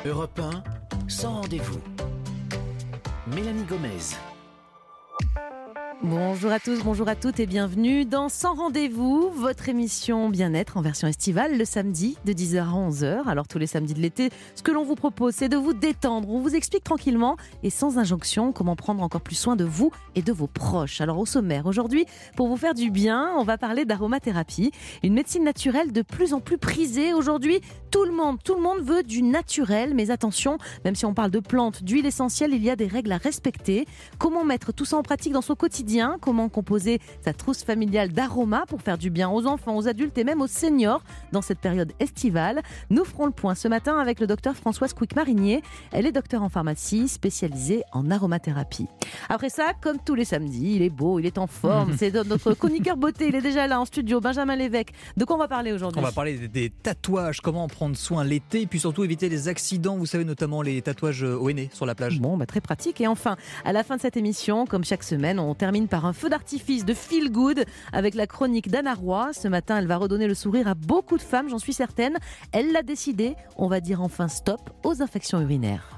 Europe 1, sans rendez-vous. Mélanie Gomez. Bonjour à tous, bonjour à toutes et bienvenue dans Sans Rendez-vous, votre émission bien-être en version estivale le samedi de 10h à 11h. Alors tous les samedis de l'été, ce que l'on vous propose c'est de vous détendre. On vous explique tranquillement et sans injonction comment prendre encore plus soin de vous et de vos proches. Alors au sommaire aujourd'hui, pour vous faire du bien, on va parler d'aromathérapie, une médecine naturelle de plus en plus prisée. Aujourd'hui, tout le monde veut du naturel, mais attention, même si on parle de plantes, d'huiles essentielles, il y a des règles à respecter. Comment mettre tout ça en pratique dans son quotidien ? Comment composer sa trousse familiale d'aromas pour faire du bien aux enfants, aux adultes et même aux seniors dans cette période estivale. Nous ferons le point ce matin avec le docteur Françoise Couic-Marinier. Elle est docteure en pharmacie spécialisée en aromathérapie. Après ça, comme tous les samedis, il est beau, il est en forme. C'est notre chroniqueur beauté, il est déjà là en studio, Benjamin Lévesque. De quoi on va parler aujourd'hui ? On va parler des tatouages, comment en prendre soin l'été, puis surtout éviter les accidents, vous savez, notamment les tatouages au henné sur la plage. Bon, très pratique. Et enfin, à la fin de cette émission, comme chaque semaine, on termine par un feu d'artifice de feel good avec la chronique d'Anna Roy. Ce matin, elle va redonner le sourire à beaucoup de femmes, j'en suis certaine. Elle l'a décidé, on va dire enfin stop aux infections urinaires.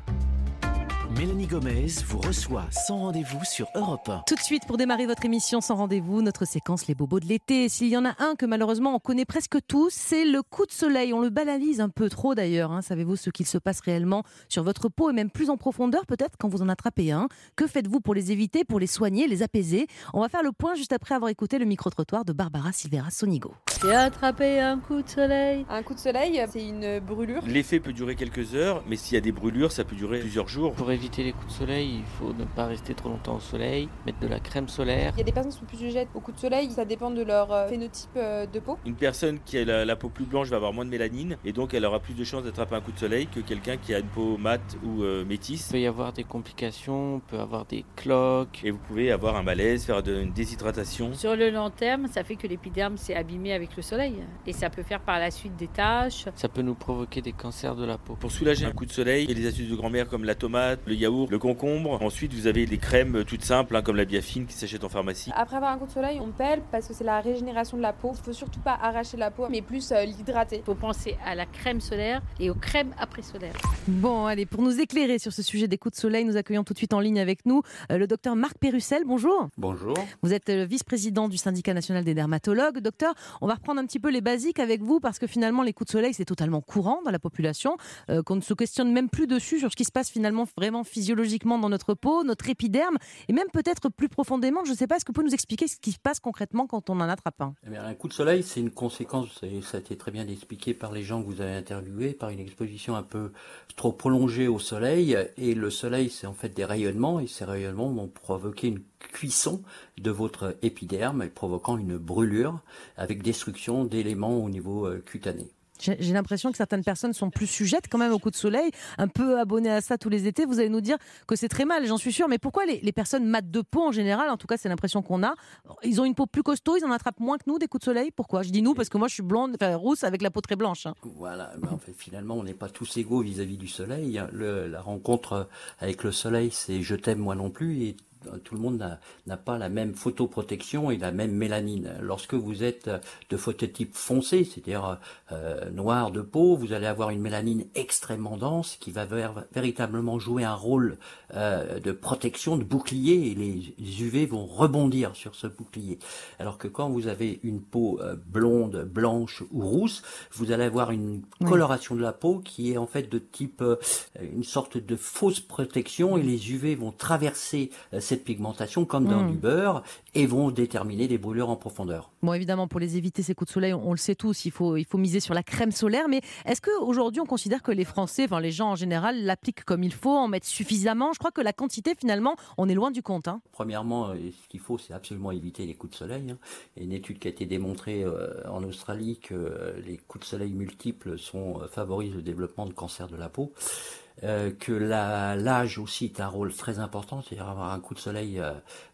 Mélanie Gomez vous reçoit sans rendez-vous sur Europe 1. Tout de suite, pour démarrer votre émission sans rendez-vous, notre séquence Les Bobos de l'été. S'il y en a un que malheureusement on connaît presque tous, c'est le coup de soleil. On le banalise un peu trop d'ailleurs. Savez-vous ce qu'il se passe réellement sur votre peau et même plus en profondeur peut-être quand vous en attrapez un ? Que faites-vous pour les éviter, pour les soigner, les apaiser ? On va faire le point juste après avoir écouté le micro-trottoir de Barbara Silvera Sonigo. J'ai attrapé un coup de soleil. Un coup de soleil, c'est une brûlure. L'effet peut durer quelques heures, mais s'il y a des brûlures, ça peut durer plusieurs jours. Pour éviter les coups de soleil, il faut ne pas rester trop longtemps au soleil, mettre de la crème solaire. Il y a des personnes qui sont plus sujettes aux coups de soleil, ça dépend de leur phénotype de peau. Une personne qui a la peau plus blanche va avoir moins de mélanine, et donc elle aura plus de chances d'attraper un coup de soleil que quelqu'un qui a une peau mate ou métisse. Il peut y avoir des complications, on peut avoir des cloques. Et vous pouvez avoir un malaise, faire une déshydratation. Sur le long terme, ça fait que l'épiderme s'est abîmé avec le soleil. Et ça peut faire par la suite des taches. Ça peut nous provoquer des cancers de la peau. Pour soulager un coup de soleil, il y a des astuces de grand-mère comme la tomate, le yaourt, le concombre. Ensuite, vous avez des crèmes toutes simples, comme la biafine qui s'achète en pharmacie. Après avoir un coup de soleil, on pèle parce que c'est la régénération de la peau. Il ne faut surtout pas arracher la peau, mais plus l'hydrater. Il faut penser à la crème solaire et aux crèmes après-solaires. Bon, allez, pour nous éclairer sur ce sujet des coups de soleil, nous accueillons tout de suite en ligne avec nous le docteur Marc Pérussel. Bonjour. Bonjour. Vous êtes vice-président du syndicat national des dermatologues. Docteur, on va reprendre un petit peu les basiques avec vous parce que finalement, les coups de soleil, c'est totalement courant dans la population, qu'on ne se questionne même plus dessus sur ce qui se passe finalement vraiment physiologiquement dans notre peau, notre épiderme et même peut-être plus profondément, je ne sais pas, est-ce que vous pouvez nous expliquer ce qui se passe concrètement quand on en attrape un ? Eh bien, un coup de soleil, c'est une conséquence, et ça a été très bien expliqué par les gens que vous avez interviewés, par une exposition un peu trop prolongée au soleil. Et le soleil, c'est en fait des rayonnements, et ces rayonnements vont provoquer une cuisson de votre épiderme, provoquant une brûlure avec destruction d'éléments au niveau cutané. J'ai l'impression que certaines personnes sont plus sujettes quand même au coup de soleil, un peu abonnées à ça tous les étés. Vous allez nous dire que c'est très mal, j'en suis sûre. Mais pourquoi les personnes mates de peau en général, en tout cas c'est l'impression qu'on a, ils ont une peau plus costaud, ils en attrapent moins que nous des coups de soleil ? Pourquoi ? Je dis nous parce que moi je suis blonde, rousse avec la peau très blanche. Voilà, mais en fait finalement on n'est pas tous égaux vis-à-vis du soleil. La rencontre avec le soleil, c'est je t'aime moi non plus, et tout le monde n'a pas la même photoprotection et la même mélanine. Lorsque vous êtes de phototype foncé, c'est-à-dire noir de peau, vous allez avoir une mélanine extrêmement dense qui va véritablement jouer un rôle de protection, de bouclier, et les UV vont rebondir sur ce bouclier. Alors que quand vous avez une peau blonde, blanche ou rousse, vous allez avoir une coloration de la peau qui est en fait de type une sorte de fausse protection, et les UV vont traverser cette pigmentation comme dans du beurre et vont déterminer des brûlures en profondeur. Bon, évidemment, pour les éviter ces coups de soleil, on le sait tous, il faut miser sur la crème solaire. Mais est-ce qu'aujourd'hui, on considère que les Français, enfin les gens en général, l'appliquent comme il faut, en mettent suffisamment ? Je crois que la quantité, finalement, on est loin du compte. Premièrement, ce qu'il faut, c'est absolument éviter les coups de soleil. Il y a une étude qui a été démontrée en Australie que les coups de soleil multiples favorisent le développement de cancer de la peau. Que l'âge aussi est un rôle très important, c'est-à-dire avoir un coup de soleil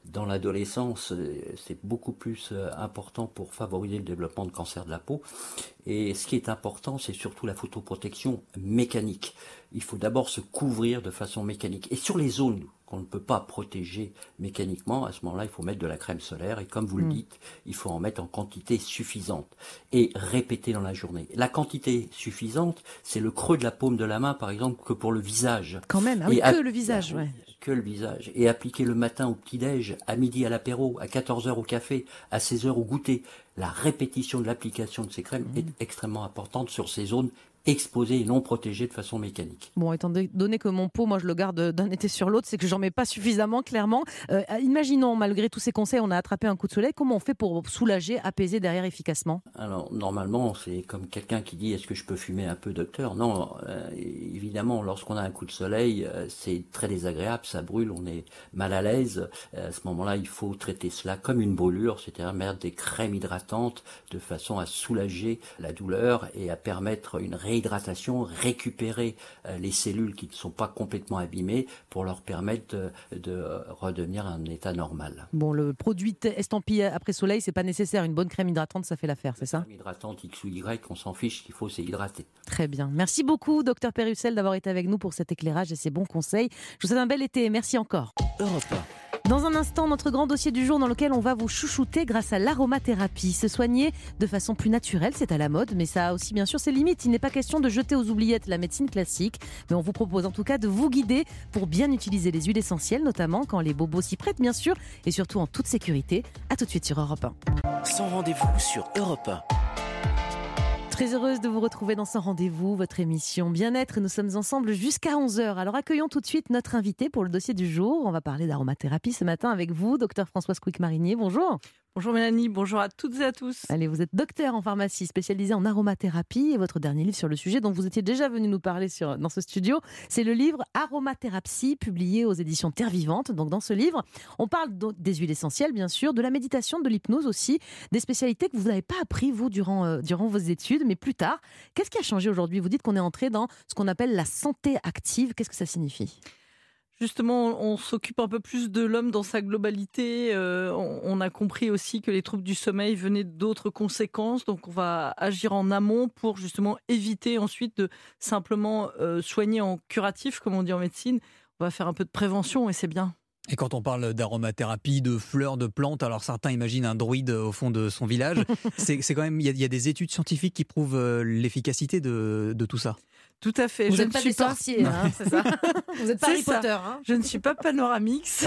dans l'adolescence, c'est beaucoup plus important pour favoriser le développement de cancer de la peau. Et ce qui est important, c'est surtout la photoprotection mécanique. Il faut d'abord se couvrir de façon mécanique. Et sur les zones qu'on ne peut pas protéger mécaniquement, à ce moment-là, il faut mettre de la crème solaire. Et comme vous le dites, il faut en mettre en quantité suffisante et répéter dans la journée. La quantité suffisante, c'est le creux de la paume de la main, par exemple, que pour le visage. Quand même, ah oui, que le visage, ouais. Que le visage. Et appliquer le matin au petit-déj, à midi à l'apéro, à 14h au café, à 16h au goûter. La répétition de l'application de ces crèmes est extrêmement importante sur ces zones exposées et non protégées de façon mécanique. Bon, étant donné que mon pot, moi je le garde d'un été sur l'autre, c'est que j'en mets pas suffisamment, clairement. Imaginons, malgré tous ces conseils, on a attrapé un coup de soleil. Comment on fait pour soulager, apaiser derrière efficacement ? Alors, normalement, c'est comme quelqu'un qui dit « Est-ce que je peux fumer un peu, docteur ?» Non, évidemment, lorsqu'on a un coup de soleil, c'est très désagréable, ça brûle, on est mal à l'aise. À ce moment-là, il faut traiter cela comme une brûlure, c'est-à-dire mettre des crèmes hydratantes de façon à soulager la douleur et à permettre une réhydratation, récupérer les cellules qui ne sont pas complètement abîmées pour leur permettre de redevenir à un état normal. Bon, le produit estampillé après soleil, c'est pas nécessaire. Une bonne crème hydratante, ça fait l'affaire, c'est ça ? Crème hydratante X ou Y, on s'en fiche, ce qu'il faut, c'est hydrater. Très bien. Merci beaucoup, Dr Pérussel, d'avoir été avec nous pour cet éclairage et ces bons conseils. Je vous souhaite un bel été. Merci encore. Europe 1. Dans un instant, notre grand dossier du jour dans lequel on va vous chouchouter grâce à l'aromathérapie. Se soigner de façon plus naturelle, c'est à la mode, mais ça a aussi bien sûr ses limites. Il n'est pas question de jeter aux oubliettes la médecine classique, mais on vous propose en tout cas de vous guider pour bien utiliser les huiles essentielles, notamment quand les bobos s'y prêtent bien sûr, et surtout en toute sécurité. A tout de suite sur Europe 1. Sans rendez-vous sur Europe 1. Très heureuse de vous retrouver dans Sans Rendez-vous, votre émission Bien-être. Nous sommes ensemble jusqu'à 11h. Alors accueillons tout de suite notre invité pour le dossier du jour. On va parler d'aromathérapie ce matin avec vous, docteur Françoise Quick-Marinier. Bonjour. Bonjour Mélanie, bonjour à toutes et à tous. Allez, vous êtes docteur en pharmacie spécialisée en aromathérapie et votre dernier livre sur le sujet dont vous étiez déjà venu nous parler dans ce studio, c'est le livre Aromathérapie, publié aux éditions Terre Vivante. Donc dans ce livre, on parle des huiles essentielles bien sûr, de la méditation, de l'hypnose aussi, des spécialités que vous n'avez pas appris vous durant vos études, mais plus tard. Qu'est-ce qui a changé aujourd'hui ? Vous dites qu'on est entré dans ce qu'on appelle la santé active. Qu'est-ce que ça signifie ? Justement, on s'occupe un peu plus de l'homme dans sa globalité. On a compris aussi que les troubles du sommeil venaient d'autres conséquences. Donc, on va agir en amont pour justement éviter ensuite de simplement soigner en curatif, comme on dit en médecine. On va faire un peu de prévention et c'est bien. Et quand on parle d'aromathérapie, de fleurs, de plantes, alors certains imaginent un druide au fond de son village. C'est quand même, il y a des études scientifiques qui prouvent l'efficacité de tout ça. Tout à fait. Vous n'êtes pas des sorciers, hein, c'est ça ? Vous n'êtes pas Harry Potter. Hein. Je ne suis pas Panoramix.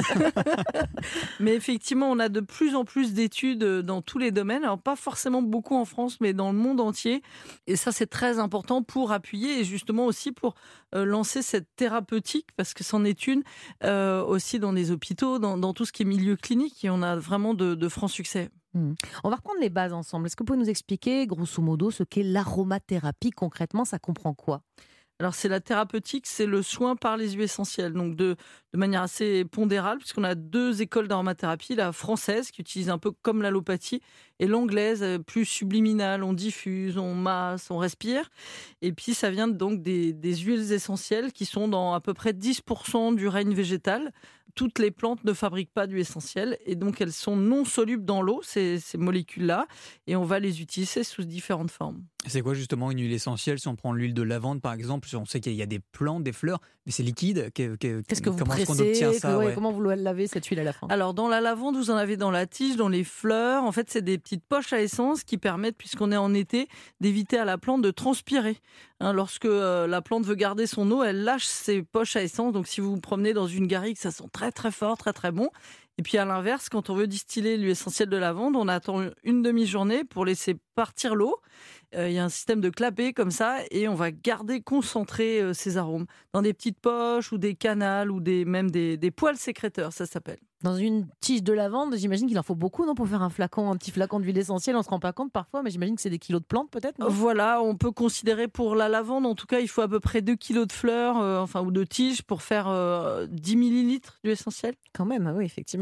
Mais effectivement, on a de plus en plus d'études dans tous les domaines. Alors, pas forcément beaucoup en France, mais dans le monde entier. Et ça, c'est très important pour appuyer et justement aussi pour lancer cette thérapeutique, parce que c'en est une, aussi dans les hôpitaux, dans tout ce qui est milieu clinique. Et on a vraiment de francs succès. On va reprendre les bases ensemble. Est-ce que vous pouvez nous expliquer, grosso modo, ce qu'est l'aromathérapie concrètement ? Ça comprend quoi ? Alors, c'est la thérapeutique, c'est le soin par les huiles essentielles, donc de manière assez pondérale, puisqu'on a deux écoles d'aromathérapie, la française, qui utilise un peu comme l'allopathie, et l'anglaise, plus subliminale, on diffuse, on masse, on respire. Et puis, ça vient donc des huiles essentielles qui sont dans à peu près 10% du règne végétal. Toutes les plantes ne fabriquent pas d'huile essentielle et donc elles sont non solubles dans l'eau, ces molécules-là, et on va les utiliser sous différentes formes. C'est quoi justement une huile essentielle ? Si on prend l'huile de lavande par exemple, on sait qu'il y a des plantes, des fleurs, mais c'est liquide. Qu'est-ce que vous comment pressez ? est-ce qu'on obtient ça, ouais. Comment vous lavez cette huile à la fin ? Alors dans la lavande, vous en avez dans la tige, dans les fleurs. En fait, c'est des petites poches à essence qui permettent, puisqu'on est en été, d'éviter à la plante de transpirer. Lorsque la plante veut garder son eau, elle lâche ses poches à essence. Donc si vous vous promenez dans une garrigue, ça sent très très fort, très très bon. Et puis à l'inverse, quand on veut distiller l'huile essentielle de lavande, on attend une demi-journée pour laisser partir l'eau. Il y a un système de clapet comme ça et on va garder concentré ces arômes dans des petites poches ou des canals ou même des poils sécréteurs, ça s'appelle. Dans une tige de lavande, j'imagine qu'il en faut beaucoup, non, pour faire un petit flacon d'huile essentielle. On ne se rend pas compte parfois, mais j'imagine que c'est des kilos de plantes peut-être, non ? Voilà, on peut considérer pour la lavande, en tout cas, il faut à peu près 2 kilos de fleurs, ou de tiges pour faire 10 millilitres d'huile essentielle. Quand même, oui, effectivement.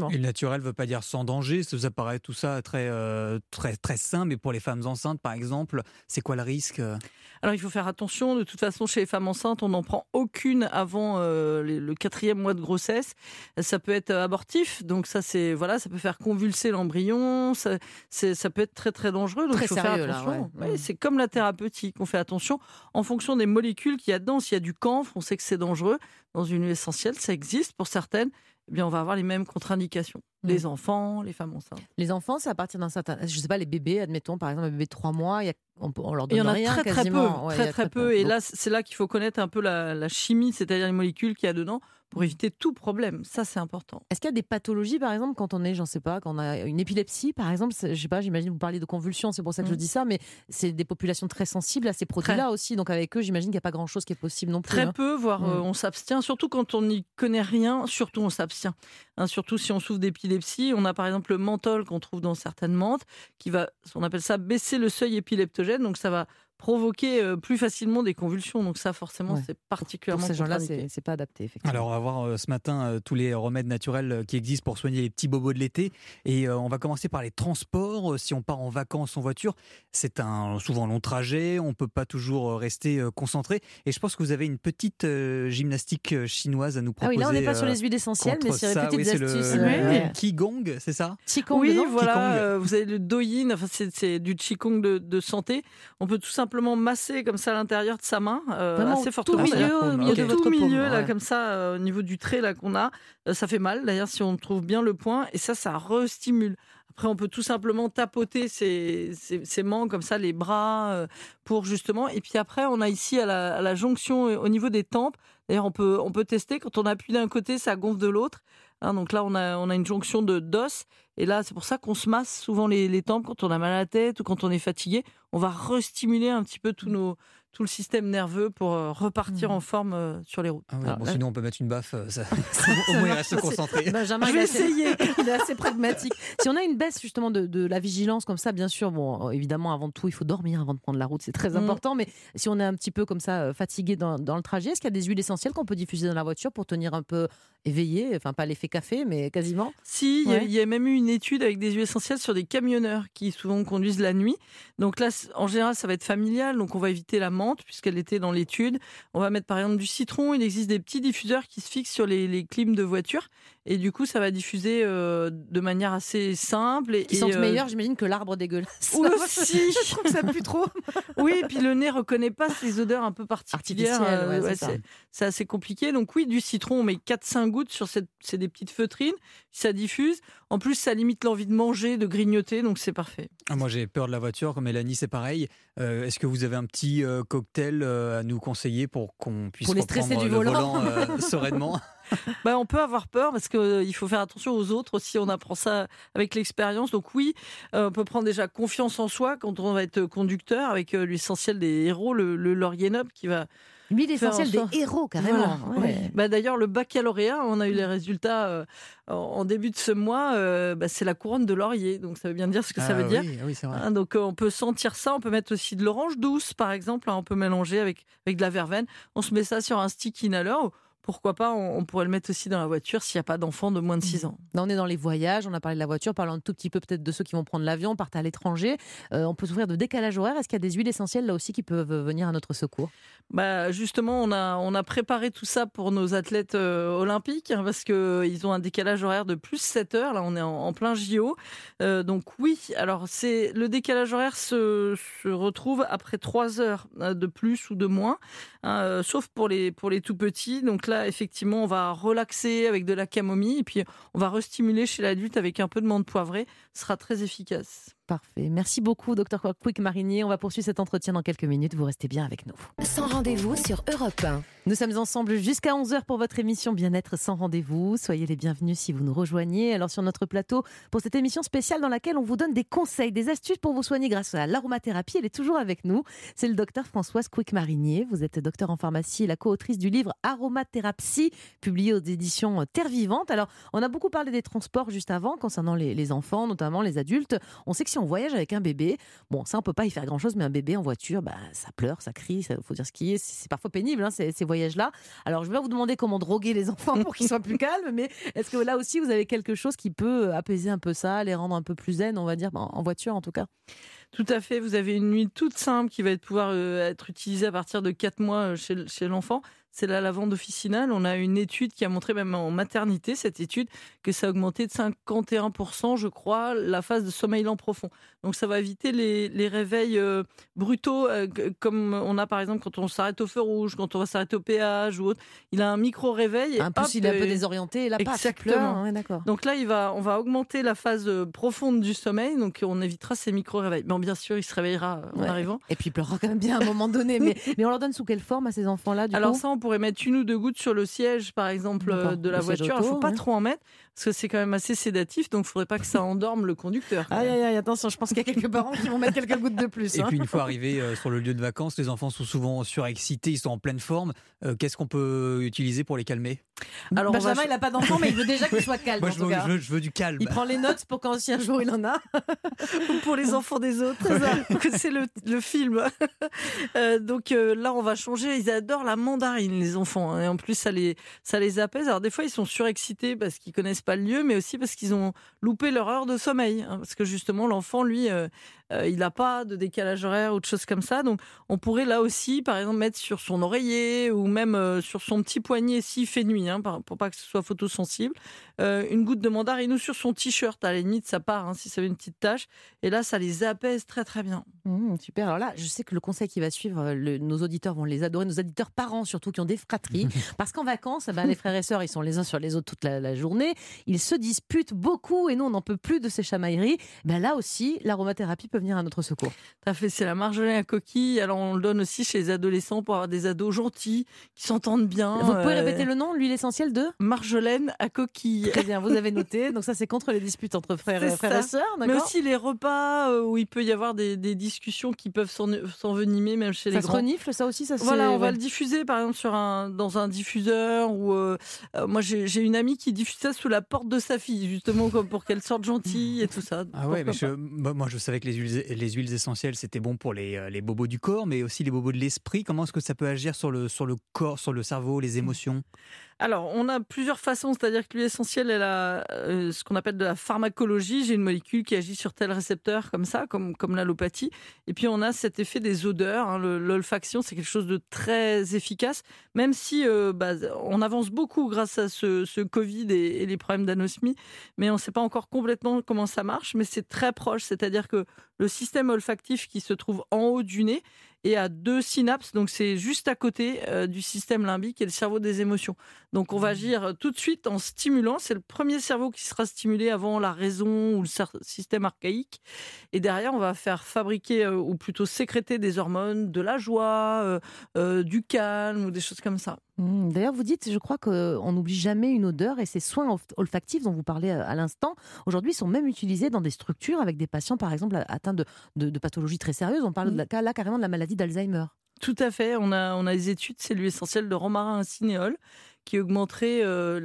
effectivement. Et le naturel ne veut pas dire sans danger. Ça paraît tout ça très, très, très sain, mais pour les femmes enceintes, par exemple, c'est quoi le risque ? Alors, il faut faire attention. De toute façon, chez les femmes enceintes, on n'en prend aucune avant le 4e mois de grossesse. Ça peut être abortif. Donc, ça peut faire convulser l'embryon. Ça peut être très, très dangereux. Donc, Très il faut sérieux, faire attention. là, ouais. C'est comme la thérapeutique. On fait attention en fonction des molécules qu'il y a dedans. S'il y a du camphre, on sait que c'est dangereux. Dans une huile essentielle, ça existe pour certaines. Eh bien, on va avoir les mêmes contre-indications. Les enfants, les femmes enceintes. Les enfants, c'est à partir d'un certain... Je ne sais pas, les bébés, admettons, par exemple, un bébé de 3 mois, on leur donne rien. Il y en a quasiment. très peu. Et là, c'est là qu'il faut connaître un peu la chimie, c'est-à-dire les molécules qu'il y a dedans, pour éviter tout problème. Ça, c'est important. Est-ce qu'il y a des pathologies, par exemple, quand on est, j'en sais pas, quand on a une épilepsie, par exemple, je sais pas, j'imagine vous parliez de convulsions, c'est pour ça que je dis ça, mais c'est des populations très sensibles à ces produits-là aussi. Donc avec eux, j'imagine qu'il n'y a pas grand-chose qui est possible non plus. Très peu, voire on s'abstient. Surtout quand on n'y connaît rien, surtout on s'abstient. Surtout si on souffre d'épilepsie, on a par exemple le menthol qu'on trouve dans certaines menthes, qui va, on appelle ça baisser le seuil épileptogène, donc ça va provoquer plus facilement des convulsions. Donc ça, forcément, c'est particulièrement pour ces gens-là, contre-indiqué. c'est pas adapté, effectivement. Alors, on va voir ce matin tous les remèdes naturels qui existent pour soigner les petits bobos de l'été. Et on va commencer par les transports. Si on part en vacances en voiture, c'est un souvent long trajet. On ne peut pas toujours rester concentré. Et je pense que vous avez une petite gymnastique chinoise à nous proposer. Ah oui, là, on n'est pas sur les huiles essentielles, mais sur les petites astuces. Le Qigong, c'est ça ? Qigong, oui, non voilà. Vous avez le Douyin, enfin, c'est du Qigong de santé. On peut tout simplement masser comme ça à l'intérieur de sa main, assez fortement. Au milieu de votre paume, là, comme ça, au niveau du trait là qu'on a, ça fait mal. D'ailleurs, si on trouve bien le point, et ça restimule. Après, on peut tout simplement tapoter ses mains comme ça, les bras, pour justement. Et puis après, on a ici à la jonction au niveau des tempes. D'ailleurs, on peut tester. Quand on appuie d'un côté, ça gonfle de l'autre. Donc là, on a une jonction d'os. Et là, c'est pour ça qu'on se masse souvent les tempes quand on a mal à la tête ou quand on est fatigué. On va restimuler un petit peu tout le système nerveux pour repartir en forme sur les routes. Ah oui, sinon, on peut mettre une baffe. Au moins, il reste concentré. Benjamin, je vais essayer. Il est assez pragmatique. Si on a une baisse justement de la vigilance comme ça, bien sûr, évidemment, avant tout, il faut dormir avant de prendre la route. C'est très important. Mais si on est un petit peu comme ça fatigué dans le trajet, est-ce qu'il y a des huiles essentielles qu'on peut diffuser dans la voiture pour tenir un peu éveillé, enfin pas l'effet café, mais quasiment? Si, il y a même eu une étude avec des huiles essentielles sur des camionneurs qui souvent conduisent la nuit. Donc là, en général, ça va être familial, donc on va éviter la menthe puisqu'elle était dans l'étude. On va mettre par exemple du citron. Il existe des petits diffuseurs qui se fixent sur les clims de voiture et du coup, ça va diffuser de manière assez simple. Qui sentent meilleur, j'imagine, que l'arbre dégueulasse. Aussi, je trouve que ça pue trop. Oui, et puis le nez reconnaît pas ces odeurs un peu particulières. C'est assez compliqué. Donc oui, du citron, on met 4-5 gouttes sur c'est des petites feutrines, ça diffuse. En plus, ça limite l'envie de manger, de grignoter, donc c'est parfait. Moi, j'ai peur de la voiture, comme Mélanie, c'est pareil. Est-ce que vous avez un petit cocktail à nous conseiller pour qu'on puisse reprendre le volant sereinement? On peut avoir peur parce qu'il faut faire attention aux autres aussi, on apprend ça avec l'expérience. Donc oui, on peut prendre déjà confiance en soi quand on va être conducteur avec l'essentiel des héros, le laurier noble qui va... L'huile essentielle des héros, carrément. Voilà. Ouais. D'ailleurs, le baccalauréat, on a eu les résultats en début de ce mois, c'est la couronne de laurier. Donc ça veut bien dire ce que ça veut dire. Oui, c'est vrai. Donc on peut sentir ça, on peut mettre aussi de l'orange douce, par exemple. On peut mélanger avec de la verveine. On se met ça sur un stick inhaler. Pourquoi pas, on pourrait le mettre aussi dans la voiture s'il n'y a pas d'enfants de moins de 6 ans. Là, on est dans les voyages, on a parlé de la voiture, parlons un tout petit peu peut-être de ceux qui vont prendre l'avion, partent à l'étranger. On peut souffrir de décalage horaire. Est-ce qu'il y a des huiles essentielles là aussi qui peuvent venir à notre secours? Justement, on a préparé tout ça pour nos athlètes olympiques parce qu'ils ont un décalage horaire de plus 7 heures. Là, on est en plein JO. Donc oui, alors le décalage horaire se retrouve après 3 heures de plus ou de moins, sauf pour les tout petits. Donc là, effectivement, on va relaxer avec de la camomille et puis on va restimuler chez l'adulte avec un peu de menthe poivrée. Ce sera très efficace. Parfait. Merci beaucoup, Dr Couic-Marinier. On va poursuivre cet entretien dans quelques minutes. Vous restez bien avec nous. Sans rendez-vous sur Europe 1. Nous sommes ensemble jusqu'à 11h pour votre émission Bien-être sans rendez-vous. Soyez les bienvenus si vous nous rejoignez. Alors sur notre plateau, pour cette émission spéciale dans laquelle on vous donne des conseils, des astuces pour vous soigner grâce à l'aromathérapie, elle est toujours avec nous. C'est le docteur Françoise Couic-Marinier. Vous êtes docteur en pharmacie et la co-autrice du livre Aromathérapie, publié aux éditions Terre Vivante. Alors, on a beaucoup parlé des transports juste avant, concernant les enfants, notamment les adultes. On sait que si en voyage avec un bébé. Bon, ça, on peut pas y faire grand-chose, mais un bébé en voiture, ça pleure, ça crie, il faut dire ce qui est. C'est parfois pénible, ces voyages-là. Alors, je vais pas vous demander comment droguer les enfants pour qu'ils soient plus calmes, mais est-ce que là aussi, vous avez quelque chose qui peut apaiser un peu ça, les rendre un peu plus zen, on va dire, en voiture en tout cas? Tout à fait, vous avez une huile toute simple qui va pouvoir être utilisée à partir de 4 mois chez l'enfant. C'est la lavande officinale. On a une étude qui a montré, même en maternité, cette étude, que ça a augmenté de 51%, je crois, la phase de sommeil lent profond. Donc ça va éviter les réveils brutaux, comme on a par exemple quand on s'arrête au feu rouge, quand on va s'arrêter au péage ou autre. Il a un micro-réveil. En plus, il est un peu désorienté et là, exactement. Ouais, d'accord. Donc là, on va augmenter la phase profonde du sommeil, donc on évitera ces micro-réveils. Bon, bien sûr, il se réveillera en arrivant. Et puis il pleurera quand même bien à un moment donné. mais on leur donne sous quelle forme à ces enfants-là, du coup? Ça, on pourrait mettre 1 ou 2 gouttes sur le siège, par exemple, de la voiture. Il ne faut pas trop en mettre, parce que c'est quand même assez sédatif, donc il ne faudrait pas que ça endorme le conducteur. Aïe, attention, je pense qu'il y a quelques parents qui vont mettre quelques gouttes de plus. Et puis une fois arrivés sur le lieu de vacances, les enfants sont souvent surexcités, ils sont en pleine forme. Qu'est-ce qu'on peut utiliser pour les calmer? Alors, Benjamin, il n'a pas d'enfant, mais il veut déjà qu'il soit calme. Moi, je veux du calme. Il prend les notes pour quand si un jour il en a. Ou pour les enfants des autres. C'est le film. Donc là, on va changer. Ils adorent la mandarine, les enfants. Et en plus, ça les apaise. Alors des fois, ils sont surexcités parce qu'ils connaissent pas le lieu, mais aussi parce qu'ils ont loupé leur heure de sommeil. Parce que justement, l'enfant, lui, il n'a pas de décalage horaire ou de choses comme ça. Donc, on pourrait là aussi, par exemple, mettre sur son oreiller ou même sur son petit poignet s'il fait nuit, pour pas que ce soit photosensible, une goutte de mandarine ou sur son t-shirt. À la limite, ça part si ça fait une petite tache. Et là, ça les apaise très, très bien. Super. Alors là, je sais que le conseil qui va suivre, nos auditeurs vont les adorer, nos auditeurs parents surtout qui ont des fratries. Parce qu'en vacances, les frères et sœurs, ils sont les uns sur les autres toute la journée. Ils se disputent beaucoup et nous, on n'en peut plus de ces chamailleries. Là aussi, l'aromathérapie peut venir à notre secours. Tout à fait, c'est la marjolaine à coquille. Alors on le donne aussi chez les adolescents pour avoir des ados gentils, qui s'entendent bien. Vous pouvez répéter le nom, l'huile essentielle de marjolaine à coquille. Très bien, vous avez noté. Donc ça, c'est contre les disputes entre frères et sœurs. Mais aussi les repas où il peut y avoir des discussions qui peuvent s'envenimer, même chez les grands. Ça se renifle, ça aussi, Voilà, on va le diffuser par exemple dans un diffuseur. Ou moi, j'ai une amie qui diffuse ça sous la porte de sa fille, justement pour qu'elle sorte gentille et tout ça. Ah ouais, mais moi je savais que les huiles essentielles c'était bon pour les bobos du corps, mais aussi les bobos de l'esprit. Comment est-ce que ça peut agir sur le corps, sur le cerveau, les émotions? Alors, on a plusieurs façons, c'est-à-dire que l'huile essentielle, elle a ce qu'on appelle de la pharmacologie. J'ai une molécule qui agit sur tel récepteur, comme ça, comme l'allopathie. Et puis, on a cet effet des odeurs. L'olfaction, c'est quelque chose de très efficace, même si on avance beaucoup grâce à ce Covid et les problèmes d'anosmie. Mais on ne sait pas encore complètement comment ça marche, mais c'est très proche. C'est-à-dire que le système olfactif qui se trouve en haut du nez et à 2 synapses, donc c'est juste à côté du système limbique et le cerveau des émotions. Donc on va agir tout de suite en stimulant, c'est le premier cerveau qui sera stimulé avant la raison ou le système archaïque. Et derrière, on va faire fabriquer ou plutôt sécréter des hormones, de la joie, du calme ou des choses comme ça. D'ailleurs, vous dites, je crois qu'on n'oublie jamais une odeur et ces soins olfactifs dont vous parlez à l'instant, aujourd'hui, sont même utilisés dans des structures avec des patients, par exemple, atteints de pathologies très sérieuses. On parle là carrément de la maladie d'Alzheimer. Tout à fait. On a des études, c'est l'huile essentielle de romarin à cinéole qui augmenterait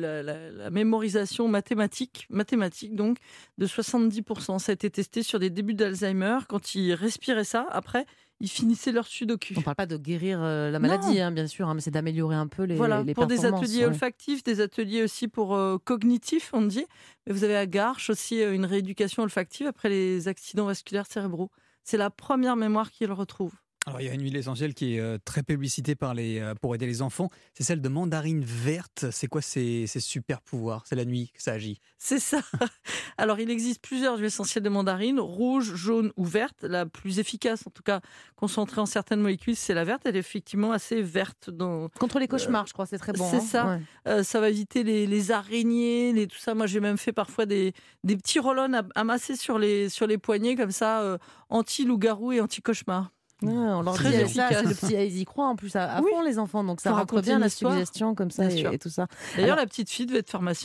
la mémorisation mathématique donc, de 70%. Ça a été testé sur des débuts d'Alzheimer. Quand ils respiraient ça, après, ils finissaient leur sudoku. On ne parle pas de guérir la maladie, bien sûr, mais c'est d'améliorer un peu les pour performances. Des ateliers olfactifs, des ateliers aussi pour cognitifs, on dit. Mais vous avez à Garches aussi une rééducation olfactive après les accidents vasculaires cérébraux. C'est la première mémoire qu'ils retrouvent. Alors, il y a une huile essentielle qui est très publicitée pour aider les enfants. C'est celle de mandarine verte. C'est quoi ces super pouvoirs? C'est la nuit que ça agit. C'est ça. Alors, il existe plusieurs huiles essentielles de mandarine, rouge, jaune ou verte. La plus efficace, en tout cas, concentrée en certaines molécules, c'est la verte. Elle est effectivement assez verte. Contre les cauchemars, je crois, c'est très bon. C'est ça. Ouais. Ça va éviter les araignées, tout ça. Moi, j'ai même fait parfois des petits roll-on à masser sur les poignets, comme ça, anti-loup-garou et anti-cauchemar. On leur dit efficace. Ils y croient en plus à fond les enfants, donc ça rentre bien la suggestion comme ça et tout ça. D'ailleurs, la petite fille devait être pharmacien depuis.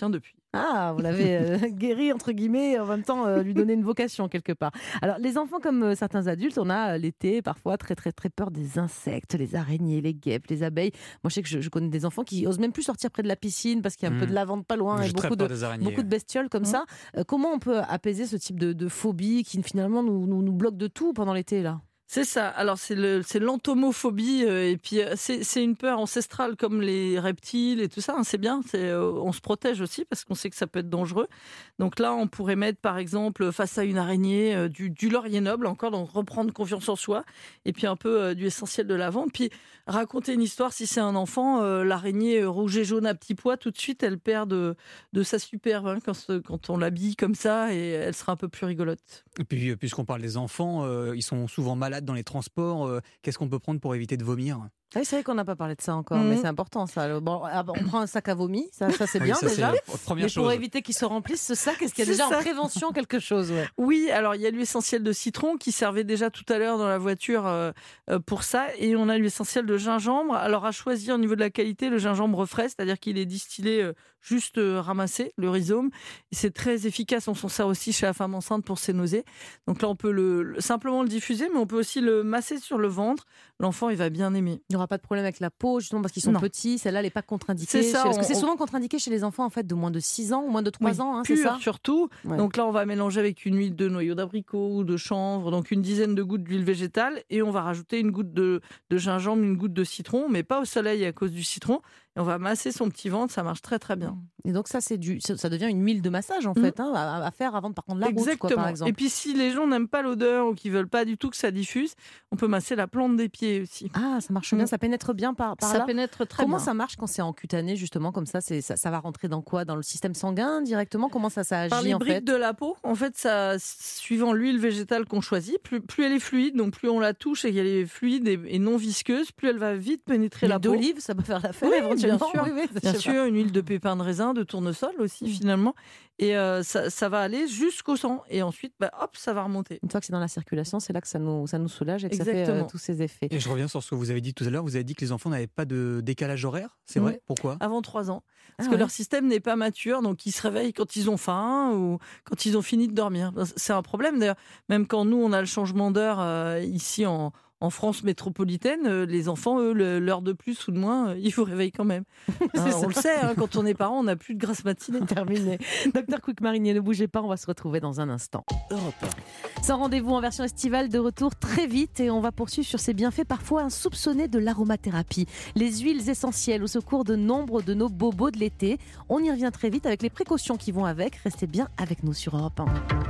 Ah, vous l'avez guéri, entre guillemets, et en même temps lui donner une vocation quelque part. Alors, les enfants, comme certains adultes, on a l'été parfois très, très, très peur des insectes, les araignées, les guêpes, les abeilles. Moi, je sais que je connais des enfants qui osent même plus sortir près de la piscine parce qu'il y a un peu de lavande pas loin et beaucoup de bestioles comme ça. Comment on peut apaiser ce type de phobie qui finalement nous bloque de tout pendant l'été, là ? C'est ça. Alors, c'est l'entomophobie. Et puis, c'est une peur ancestrale comme les reptiles et tout ça. Hein, c'est bien. On se protège aussi parce qu'on sait que ça peut être dangereux. Donc là, on pourrait mettre, par exemple, face à une araignée, du laurier noble, encore, donc reprendre confiance en soi. Et puis, un peu du essentiel de lavande. Puis, raconter une histoire. Si c'est un enfant, l'araignée rouge et jaune à petits pois, tout de suite, elle perd de sa superbe hein, quand on l'habille comme ça. Et elle sera un peu plus rigolote. Et puis, puisqu'on parle des enfants, ils sont souvent malades dans les transports. Qu'est-ce qu'on peut prendre pour éviter de vomir ? Oui, c'est vrai qu'on n'a pas parlé de ça encore, mais c'est important ça. Bon, on prend un sac à vomi, ça c'est bien déjà. Mais pour éviter qu'il se remplisse ce sac, est-ce qu'il y a déjà en prévention quelque chose ? Oui, alors il y a l'huile essentielle de citron qui servait déjà tout à l'heure dans la voiture pour ça, et on a l'huile essentielle de gingembre. Alors à choisir au niveau de la qualité, le gingembre frais, c'est-à-dire qu'il est distillé juste ramassé, le rhizome. Et c'est très efficace, on s'en sert aussi chez la femme enceinte pour ses nausées. Donc là, on peut simplement le diffuser, mais on peut aussi le masser sur le ventre. L'enfant, il va bien aimer. Il n'y aura pas de problème avec la peau, justement parce qu'ils sont petits. Celle-là, elle n'est pas contre-indiquée. C'est ça. Parce que c'est souvent contre-indiqué chez les enfants en fait, de moins de 6 ans ou moins de 3 ans. Hein, pur, c'est ça surtout. Ouais. Donc là, on va mélanger avec une huile de noyau d'abricot ou de chanvre, donc une dizaine de gouttes d'huile végétale. Et on va rajouter une goutte de gingembre, une goutte de citron, mais pas au soleil à cause du citron. Et on va masser son petit ventre, ça marche très très bien. Et donc ça devient une huile de massage en fait, hein, à faire avant de prendre la route, quoi, par exemple. Et puis si les gens n'aiment pas l'odeur ou qu'ils veulent pas du tout que ça diffuse, on peut masser la plante des pieds aussi. Ah, ça marche bien, ça pénètre bien par là. Ça pénètre très bien. Comment ça marche quand c'est en cutané justement comme ça, ça va rentrer dans quoi ? Dans le système sanguin directement ? Comment ça agit par les briques de la peau. En fait, ça, suivant l'huile végétale qu'on choisit, plus elle est fluide, donc plus on la touche et qu'elle est fluide et non visqueuse, plus elle va vite pénétrer la peau. L'huile d'olive, ça peut faire l'affaire éventuellement. Bien sûr. Bien sûr, une huile de pépin de raisin, de tournesol aussi finalement. Et ça va aller jusqu'au sang. Et ensuite, hop, ça va remonter. Une fois que c'est dans la circulation, c'est là que ça nous soulage et que ça fait tous ces effets. Et je reviens sur ce que vous avez dit tout à l'heure. Vous avez dit que les enfants n'avaient pas de décalage horaire. C'est vrai ? Pourquoi ? Avant 3 ans. Parce que leur système n'est pas mature. Donc, ils se réveillent quand ils ont faim ou quand ils ont fini de dormir. C'est un problème d'ailleurs. Même quand nous, on a le changement d'heure ici en France métropolitaine, les enfants, eux, l'heure de plus ou de moins, ils vous réveillent quand même. On le sait, quand on est parent, on n'a plus de grasse matinée. Terminé. Docteur Quick-Marinier, ne bougez pas, on va se retrouver dans un instant. Europe 1. Sans rendez-vous en version estivale, de retour très vite et on va poursuivre sur ces bienfaits parfois insoupçonnés de l'aromathérapie. Les huiles essentielles au secours de nombre de nos bobos de l'été. On y revient très vite avec les précautions qui vont avec. Restez bien avec nous sur Europe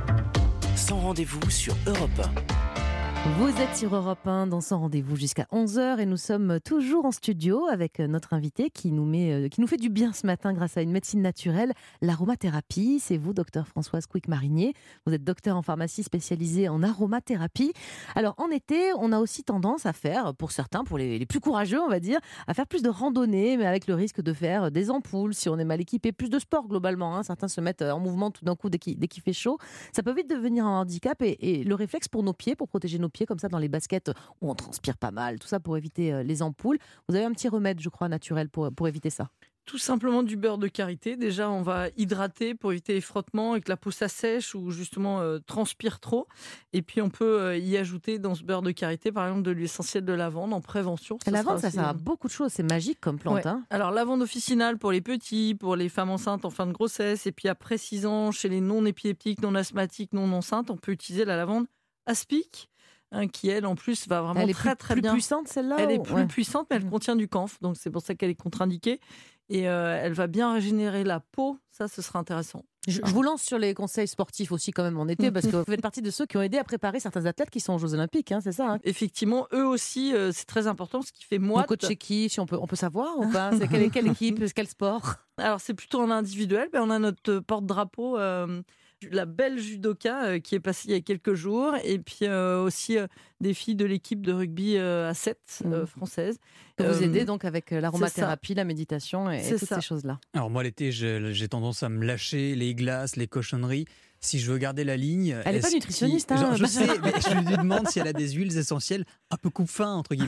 1. Sans rendez-vous sur Europe 1. Vous êtes sur Europe 1 dans son rendez-vous jusqu'à 11h et nous sommes toujours en studio avec notre invité qui nous fait du bien ce matin grâce à une médecine naturelle, l'aromathérapie. C'est vous, docteur Françoise Quick-Marinier. Vous êtes docteur en pharmacie spécialisée en aromathérapie. Alors en été, on a aussi tendance à faire, pour certains, pour les plus courageux on va dire, à faire plus de randonnées, mais avec le risque de faire des ampoules si on est mal équipé, plus de sport globalement. Hein. Certains se mettent en mouvement tout d'un coup dès qu'il fait chaud. Ça peut vite devenir un handicap et le réflexe pour nos pieds, pour protéger nos pieds comme ça dans les baskets où on transpire pas mal, tout ça pour éviter les ampoules. Vous avez un petit remède, je crois, naturel pour éviter ça? Tout simplement du beurre de karité. Déjà, on va hydrater pour éviter les frottements et que la peau s'assèche ou justement transpire trop. Et puis, on peut y ajouter dans ce beurre de karité, par exemple, de l'huile essentielle de lavande en prévention. La lavande, ça sert à beaucoup de choses. C'est magique comme plante. Ouais. Hein. Alors, lavande officinale pour les petits, pour les femmes enceintes en fin de grossesse. Et puis, après 6 ans, chez les non-épileptiques, non-asthmatiques, non-enceintes, on peut utiliser la lavande aspic. Qui elle en plus va vraiment très bien. Elle est plus puissante celle-là. Elle est plus puissante, mais elle contient du camphre, donc c'est pour ça qu'elle est contre-indiquée. Et elle va bien régénérer la peau. Ça, ce sera intéressant. Je vous lance sur les conseils sportifs aussi quand même en été, parce que vous faites partie de ceux qui ont aidé à préparer certains athlètes qui sont aux Jeux Olympiques, hein, c'est ça hein. Effectivement, eux aussi, c'est très important, ce qui fait moite. Le coach chez qui, si on peut savoir ou pas? C'est quelle équipe, quel sport? Alors c'est plutôt en individuel. On a notre porte-drapeau. La belle judoka qui est passée il y a quelques jours, et puis aussi des filles de l'équipe de rugby à 7 française. Vous aidez donc avec l'aromathérapie, la méditation et toutes ces choses-là. Alors moi l'été, j'ai tendance à me lâcher les glaces, les cochonneries. Si je veux garder la ligne... Elle n'est pas nutritionniste. Je sais, mais je lui demande si elle a des huiles essentielles un peu coupe-fin, entre guillemets.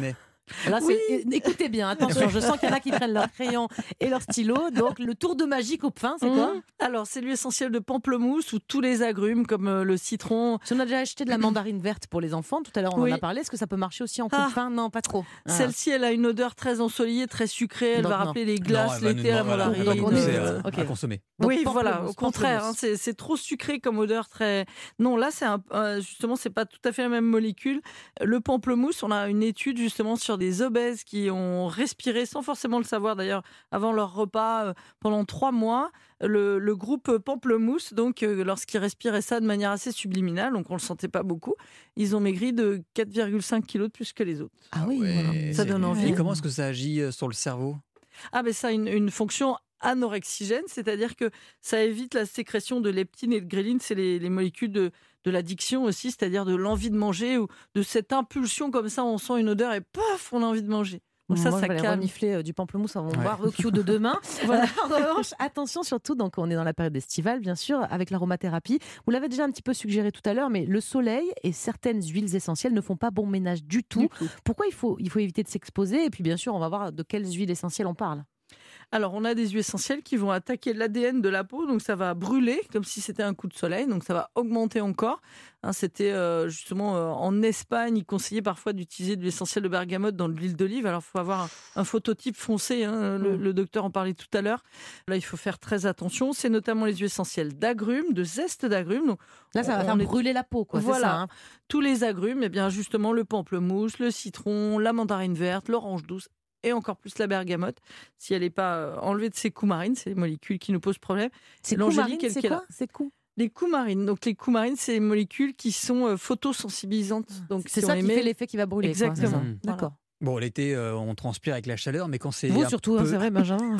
Là, écoutez bien, attention, je sens qu'il y en a qui prennent leur crayon et leur stylo. Donc, le tour de magie coupe-fin, c'est quoi ? Alors, c'est l'huile essentielle de pamplemousse ou tous les agrumes comme le citron. Si on a déjà acheté de la mandarine verte pour les enfants, tout à l'heure on en a parlé, est-ce que ça peut marcher aussi en coupe-fin ? Non, pas trop. Celle-ci, elle a une odeur très ensoleillée, très sucrée. Elle va rappeler les glaces l'été à la mandarine. Donc, on est à consommer. Donc, oui, voilà, au contraire, c'est trop sucré comme odeur. Non, là, justement, c'est pas tout à fait la même molécule. Le pamplemousse, on a une étude justement sur des obèses qui ont respiré, sans forcément le savoir d'ailleurs, avant leur repas pendant 3 mois. Le groupe pamplemousse, donc lorsqu'ils respiraient ça de manière assez subliminale, donc on le sentait pas beaucoup, ils ont maigri de 4,5 kilos de plus que les autres. Ah oui, voilà. Ça donne envie. Et comment est-ce que ça agit sur le cerveau ? Ça a une fonction anorexigène, c'est-à-dire que ça évite la sécrétion de leptine et de gréline, c'est les molécules de l'addiction aussi, c'est-à-dire de l'envie de manger ou de cette impulsion comme ça, on sent une odeur et paf, on a envie de manger. Donc ça calme. Renifler du pamplemousse avant barbecue de demain. Voilà. En revanche, attention surtout, donc on est dans la période estivale, bien sûr, avec l'aromathérapie. Vous l'avez déjà un petit peu suggéré tout à l'heure, mais le soleil et certaines huiles essentielles ne font pas bon ménage du tout. Pourquoi il faut éviter de s'exposer ? Et puis bien sûr, on va voir de quelles huiles essentielles on parle. Alors, on a des huiles essentielles qui vont attaquer l'ADN de la peau, donc ça va brûler comme si c'était un coup de soleil, donc ça va augmenter encore. C'était justement en Espagne, ils conseillaient parfois d'utiliser de l'huile essentielle de bergamote dans de l'huile d'olive. Alors, il faut avoir un phototype foncé, le docteur en parlait tout à l'heure. Là, il faut faire très attention. C'est notamment les huiles essentielles d'agrumes, de zeste d'agrumes. Donc, là, ça va faire brûler la peau, quoi. Voilà, c'est ça, tous les agrumes, bien justement le pamplemousse, le citron, la mandarine verte, l'orange douce, et encore plus la bergamote, si elle n'est pas enlevée de ses coumarines, c'est les molécules qui nous posent problème. C'est coumarine, c'est quoi ? C'est les coumarines. Donc les coumarines, c'est les molécules qui sont photosensibilisantes. Donc c'est ça qui fait l'effet qui va brûler. Exactement. D'accord. Bon, l'été, on transpire avec la chaleur, mais quand c'est vous surtout, c'est vrai, Benjamin.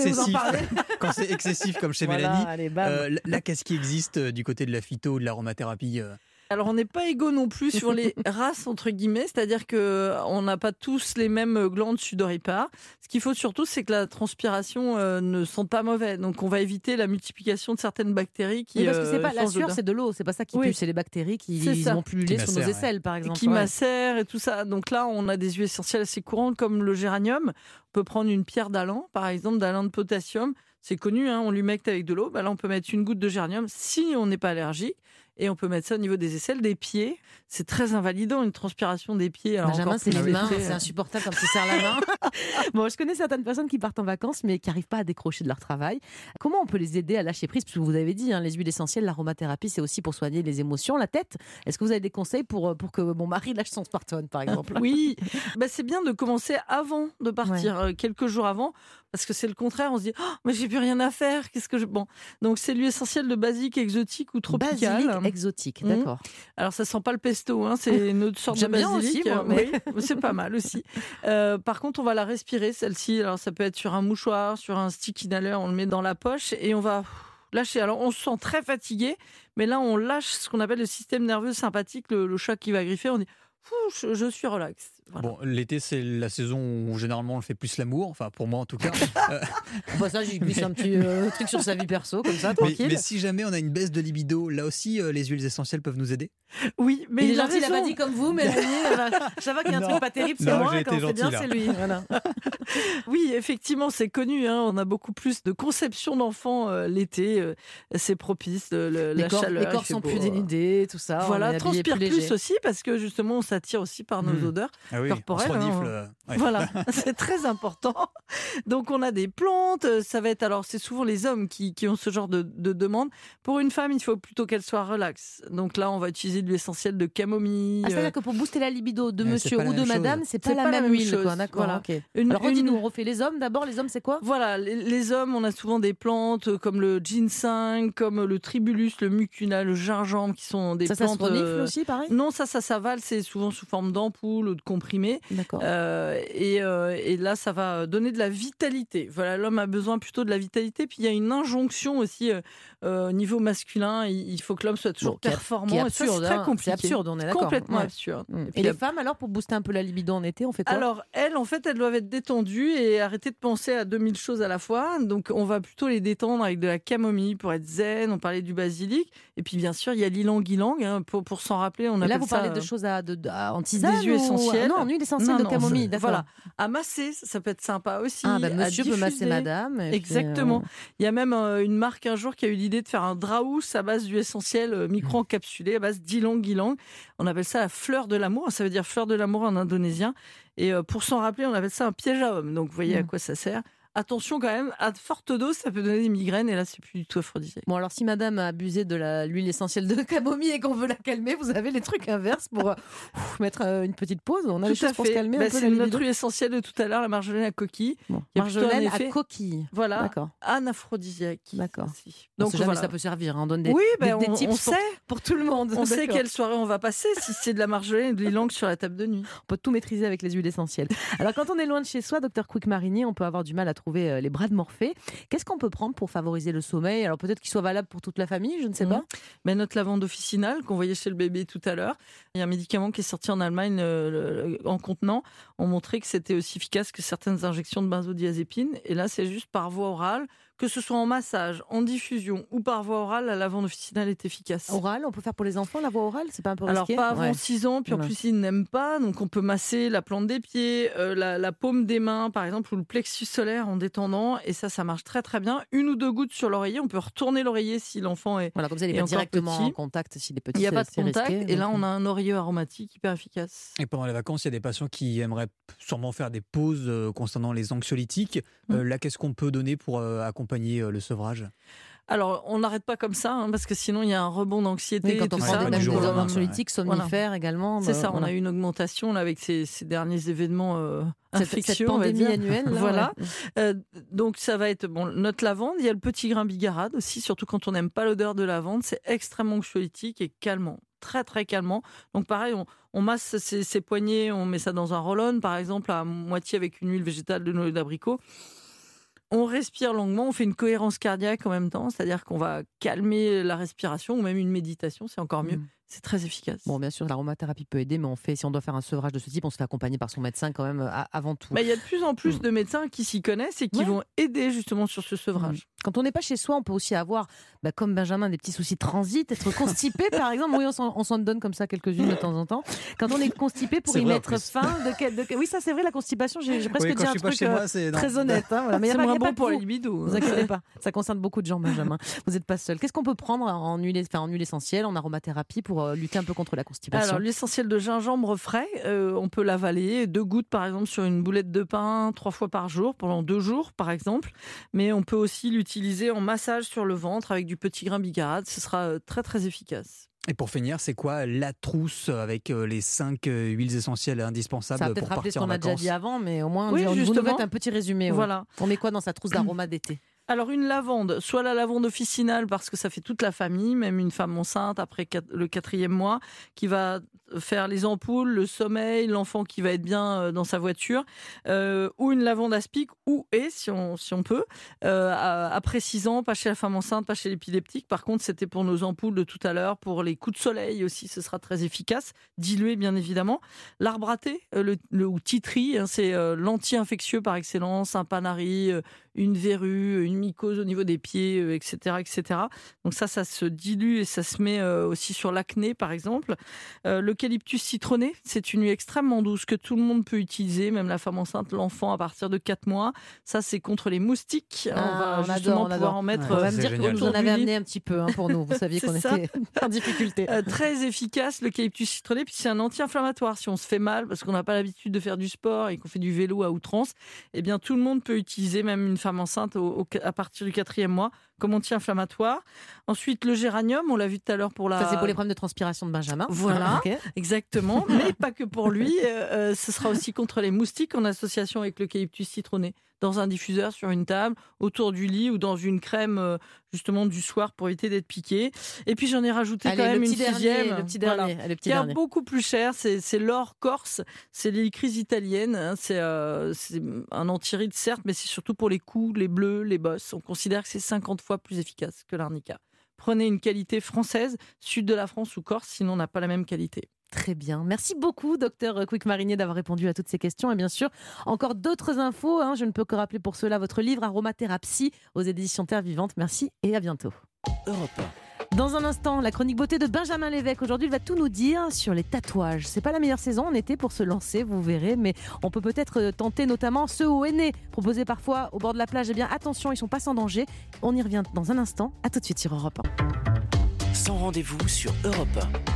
Quand c'est excessif, comme chez Mélanie, là, qu'est-ce qui existe du côté de la phyto, de l'aromathérapie Alors, on n'est pas égaux non plus sur les races, entre guillemets, c'est-à-dire qu'on n'a pas tous les mêmes glandes sudoripares. Ce qu'il faut surtout, c'est que la transpiration ne sente pas mauvais. Donc, on va éviter la multiplication de certaines bactéries qui. Parce que c'est pas la sueur, c'est de l'eau, c'est pas ça qui pue, c'est les bactéries qui vont pulluler sur nos aisselles, par exemple. Qui macèrent et tout ça. Donc là, on a des huiles essentielles assez courantes comme le géranium. On peut prendre une pierre d'Alan, par exemple, d'Alan de potassium. C'est connu, on l'humecte avec de l'eau. Là, on peut mettre une goutte de géranium si on n'est pas allergique. Et on peut mettre ça au niveau des aisselles, des pieds. C'est très invalidant, une transpiration des pieds. Alors Benjamin, c'est les mains, c'est insupportable quand tu serres la main. Bon, je connais certaines personnes qui partent en vacances, mais qui n'arrivent pas à décrocher de leur travail. Comment on peut les aider à lâcher prise ? Parce que vous avez dit, les huiles essentielles, l'aromathérapie, c'est aussi pour soigner les émotions, la tête. Est-ce que vous avez des conseils pour que mon mari lâche son smartphone, par exemple ? Oui, c'est bien de commencer avant de partir, quelques jours avant. Parce que c'est le contraire, on se dit mais j'ai plus rien à faire, qu'est-ce que je... Bon, donc c'est l'huile essentielle de basilic exotique ou tropical. Basilic exotique, d'accord. Alors ça sent pas le pesto, c'est une autre sorte de basilic. J'aime bien aussi, oui, c'est pas mal aussi. Par contre, on va la respirer celle-ci. Alors ça peut être sur un mouchoir, sur un stick inhaler, on le met dans la poche et on va lâcher. Alors on se sent très fatigué, mais là on lâche ce qu'on appelle le système nerveux sympathique, le chat qui va griffer. On dit je suis relax. Voilà. Bon, l'été, c'est la saison où généralement on fait plus l'amour, enfin pour moi en tout cas. Ça, j'ai glissé un petit truc sur sa vie perso, comme ça, tranquille. Mais si jamais on a une baisse de libido, là aussi, les huiles essentielles peuvent nous aider ? Oui, mais il est gentil, il n'a pas dit comme vous, Mélanie. Ça va qu'il y a un truc pas terrible, c'est moi, quand c'est bien, c'est lui. Voilà. Oui, effectivement, c'est connu. On a beaucoup plus de conception d'enfants l'été. C'est propice, la chaleur. Les corps sont plus dénudés, tout ça. Voilà, transpire plus aussi, parce que justement, on s'attire aussi par nos odeurs corporelles. On se renifle. Voilà, c'est très important. Donc, on a des plantes. Ça va être, alors, c'est souvent les hommes qui ont ce genre de demande. Pour une femme, il faut plutôt qu'elle soit relax. Donc là, on va utiliser de l'huile essentielle de camomille. C'est-à-dire que pour booster la libido de monsieur ou de madame, c'est pas la même huile. D'accord, voilà. Okay. Alors, redis-nous, on refait les hommes d'abord. Les hommes, c'est quoi ? Voilà, les hommes, on a souvent des plantes comme le ginseng, comme le tribulus, le mucuna, le gingembre, qui sont des plantes... Ça se renifle aussi, pareil ? Non, ça s'avale, c'est souvent sous forme d'ampoule ou de comprimé. D'accord. Et là, ça va donner de la vitalité. Voilà, l'homme a besoin plutôt de la vitalité. Puis il y a une injonction aussi au niveau masculin. Il faut que l'homme soit toujours performant. Qui est absurde, c'est très compliqué. C'est absurde, on est d'accord. Complètement absurde. Et les femmes, alors, pour booster un peu la libido en été, on fait quoi? Alors, elles, en fait, elles doivent être détendues et arrêter de penser à 2000 choses à la fois. Donc, on va plutôt les détendre avec de la camomille pour être zen. On parlait du basilic. Et puis, bien sûr, il y a l'ilang-ilang. Hein, pour s'en rappeler, on appelle ça... Là, vous parlez de choses en tisane? Des huiles essentielles. Non, en huile essentielle de camomille, d'accord. Voilà. À masser, ça peut être sympa aussi. Monsieur peut masser madame. Exactement. Il y a même une marque un jour qui a eu l'idée de faire un draous à base d'huile essentielle micro-encapsulée, à base d'ilang-ilang. On appelle ça la fleur de l'amour. Ça veut dire fleur de l'amour en indonésien. Et pour s'en rappeler, on appelle ça un piège à homme. Donc, vous voyez à quoi ça sert. Attention quand même, à forte dose, ça peut donner des migraines et là, c'est plus du tout aphrodisiaque. Bon, alors si madame a abusé de l'huile essentielle de camomille et qu'on veut la calmer, vous avez les trucs inverses pour mettre une petite pause. On a les choses pour se calmer un peu. C'est notre huile essentielle de tout à l'heure, la marjolaine à coquille. Marjolaine à coquille. Voilà, d'accord. Anaphrodisiaque. D'accord. Donc jamais ça peut servir. On donne des tips on sait, pour tout le monde. On sait quelle soirée on va passer si c'est de la marjolaine et de l'ilang sur la table de nuit. On peut tout maîtriser avec les huiles essentielles. Alors quand on est loin de chez soi, docteur Quick-Marigny, on peut avoir du mal à trouver les bras de Morphée. Qu'est-ce qu'on peut prendre pour favoriser le sommeil? Alors peut-être qu'il soit valable pour toute la famille, je ne sais pas. Mais notre lavande officinale qu'on voyait chez le bébé tout à l'heure, il y a un médicament qui est sorti en Allemagne en contenant, on montrait que c'était aussi efficace que certaines injections de benzodiazépine. Et là, c'est juste par voie orale. Que ce soit en massage, en diffusion ou par voie orale, la lavande officinale est efficace. Orale, on peut faire pour les enfants la voie orale? C'est pas un peu risqué? Alors pas avant 6 ans, puis en plus ils n'aiment pas, donc on peut masser la plante des pieds, la paume des mains par exemple, ou le plexus solaire en détendant, et ça marche très très bien. 1 ou 2 gouttes sur l'oreiller, on peut retourner l'oreiller si l'enfant est comme ça il n'est pas directement en contact s'il est petit. Il n'y a pas de contact, risqué, et là on a un oreiller aromatique hyper efficace. Et pendant les vacances, il y a des patients qui aimeraient sûrement faire des pauses concernant les anxiolytiques. Là, qu'est-ce qu'on peut donner pour accompagner le sevrage? Alors, on n'arrête pas comme ça, parce que sinon, il y a un rebond d'anxiété. Quand on prend des anxiolytiques, somnifères également. C'est ça, on a eu une augmentation là, avec ces derniers événements infectieux. Cette pandémie annuelle. Là, voilà. Donc, ça va être notre lavande. Il y a le petit grain bigarade aussi, surtout quand on n'aime pas l'odeur de lavande. C'est extrêmement anxiolytique et calmant. Très, très calmant. Donc, pareil, on masse ses poignets, on met ça dans un roll-on, par exemple, à moitié avec une huile végétale de noix d'abricot. On respire longuement, on fait une cohérence cardiaque en même temps, c'est-à-dire qu'on va calmer la respiration ou même une méditation, c'est encore mieux. C'est très efficace. Bon, bien sûr, l'aromathérapie peut aider, mais si on doit faire un sevrage de ce type, on se fait accompagner par son médecin quand même avant tout. Il y a de plus en plus de médecins qui s'y connaissent et qui vont aider justement sur ce sevrage. Quand on n'est pas chez soi, on peut aussi avoir, comme Benjamin, des petits soucis de transit, être constipé par exemple. Oui, on s'en donne comme ça quelques-unes de temps en temps. Quand on est constipé, pour y mettre fin, oui, ça c'est vrai, la constipation, j'ai presque dit un truc très honnête. Voilà. Mais c'est moins bon pour la libido. Ne vous inquiétez pas, ça concerne beaucoup de gens, Benjamin. Vous n'êtes pas seul. Qu'est-ce qu'on peut prendre en huile essentielle, en aromathérapie pour lutter un peu contre la constipation? Alors, l'essentiel de gingembre frais, on peut l'avaler, 2 gouttes par exemple sur une boulette de pain 3 fois par jour, pendant 2 jours par exemple. Mais on peut aussi l'utiliser en massage sur le ventre avec du petit grain bigarade. Ce sera très très efficace. Et pour finir, c'est quoi la trousse avec les 5 huiles essentielles indispensables pour partir en vacances? Ça va peut-être rappeler ce qu'on a déjà dit avant, mais au moins, oui, vous nous faites un petit résumé. Voilà. On met quoi dans sa trousse d'aroma d'été? Alors une lavande, soit la lavande officinale parce que ça fait toute la famille, même une femme enceinte après le 4e mois, qui va faire les ampoules, le sommeil, l'enfant qui va être bien dans sa voiture, ou une lavande aspic si on peut, après 6 ans, pas chez la femme enceinte, pas chez l'épileptique. Par contre, c'était pour nos ampoules de tout à l'heure, pour les coups de soleil aussi, ce sera très efficace, dilué bien évidemment. L'arbre à thé, ou titri, c'est l'anti-infectieux par excellence, un panari, une verrue, une mycose au niveau des pieds, etc., etc. Donc ça se dilue et ça se met aussi sur l'acné, par exemple. L'eucalyptus citronné, c'est une huile extrêmement douce que tout le monde peut utiliser, même la femme enceinte, l'enfant à partir de 4 mois. Ça, c'est contre les moustiques. On va justement pouvoir en mettre. On va me dire que vous en avez amené un petit peu pour nous. Vous saviez qu'on était en difficulté. Très efficace, l'eucalyptus citronné. Puis c'est un anti-inflammatoire. Si on se fait mal parce qu'on n'a pas l'habitude de faire du sport et qu'on fait du vélo à outrance, eh bien tout le monde peut utiliser, même une femme enceinte à partir du 4e mois, comme anti-inflammatoire. Ensuite, le géranium, on l'a vu tout à l'heure pour la... Ça, c'est pour les problèmes de transpiration de Benjamin. Voilà, exactement. Mais pas que pour lui. Ce sera aussi contre les moustiques en association avec l'eucalyptus citronné. dans un diffuseur sur une table, autour du lit ou dans une crème justement du soir pour éviter d'être piqué. Et puis j'en ai rajouté quand même une sixième. Le petit dernier. Qui est beaucoup plus cher, c'est l'or corse, c'est l'hélicryse italienne, hein, c'est un antiride certes, mais c'est surtout pour les coups, les bleus, les bosses. On considère que c'est 50 fois plus efficace que l'arnica. Prenez une qualité française, sud de la France ou Corse, sinon on n'a pas la même qualité. Très bien. Merci beaucoup, docteur Quick-Marinier, d'avoir répondu à toutes ces questions. Et bien sûr, encore d'autres infos. Je ne peux que rappeler pour cela votre livre Aromathérapie aux éditions Terre Vivante. Merci et à bientôt. Europe 1. Dans un instant, la chronique beauté de Benjamin Lévesque. Aujourd'hui, il va tout nous dire sur les tatouages. C'est pas la meilleure saison en été pour se lancer, vous verrez, mais on peut peut-être tenter notamment ceux au henné, proposés parfois au bord de la plage. Eh bien, attention, ils sont pas sans danger. On y revient dans un instant. À tout de suite sur Europe 1. Sans rendez-vous sur Europe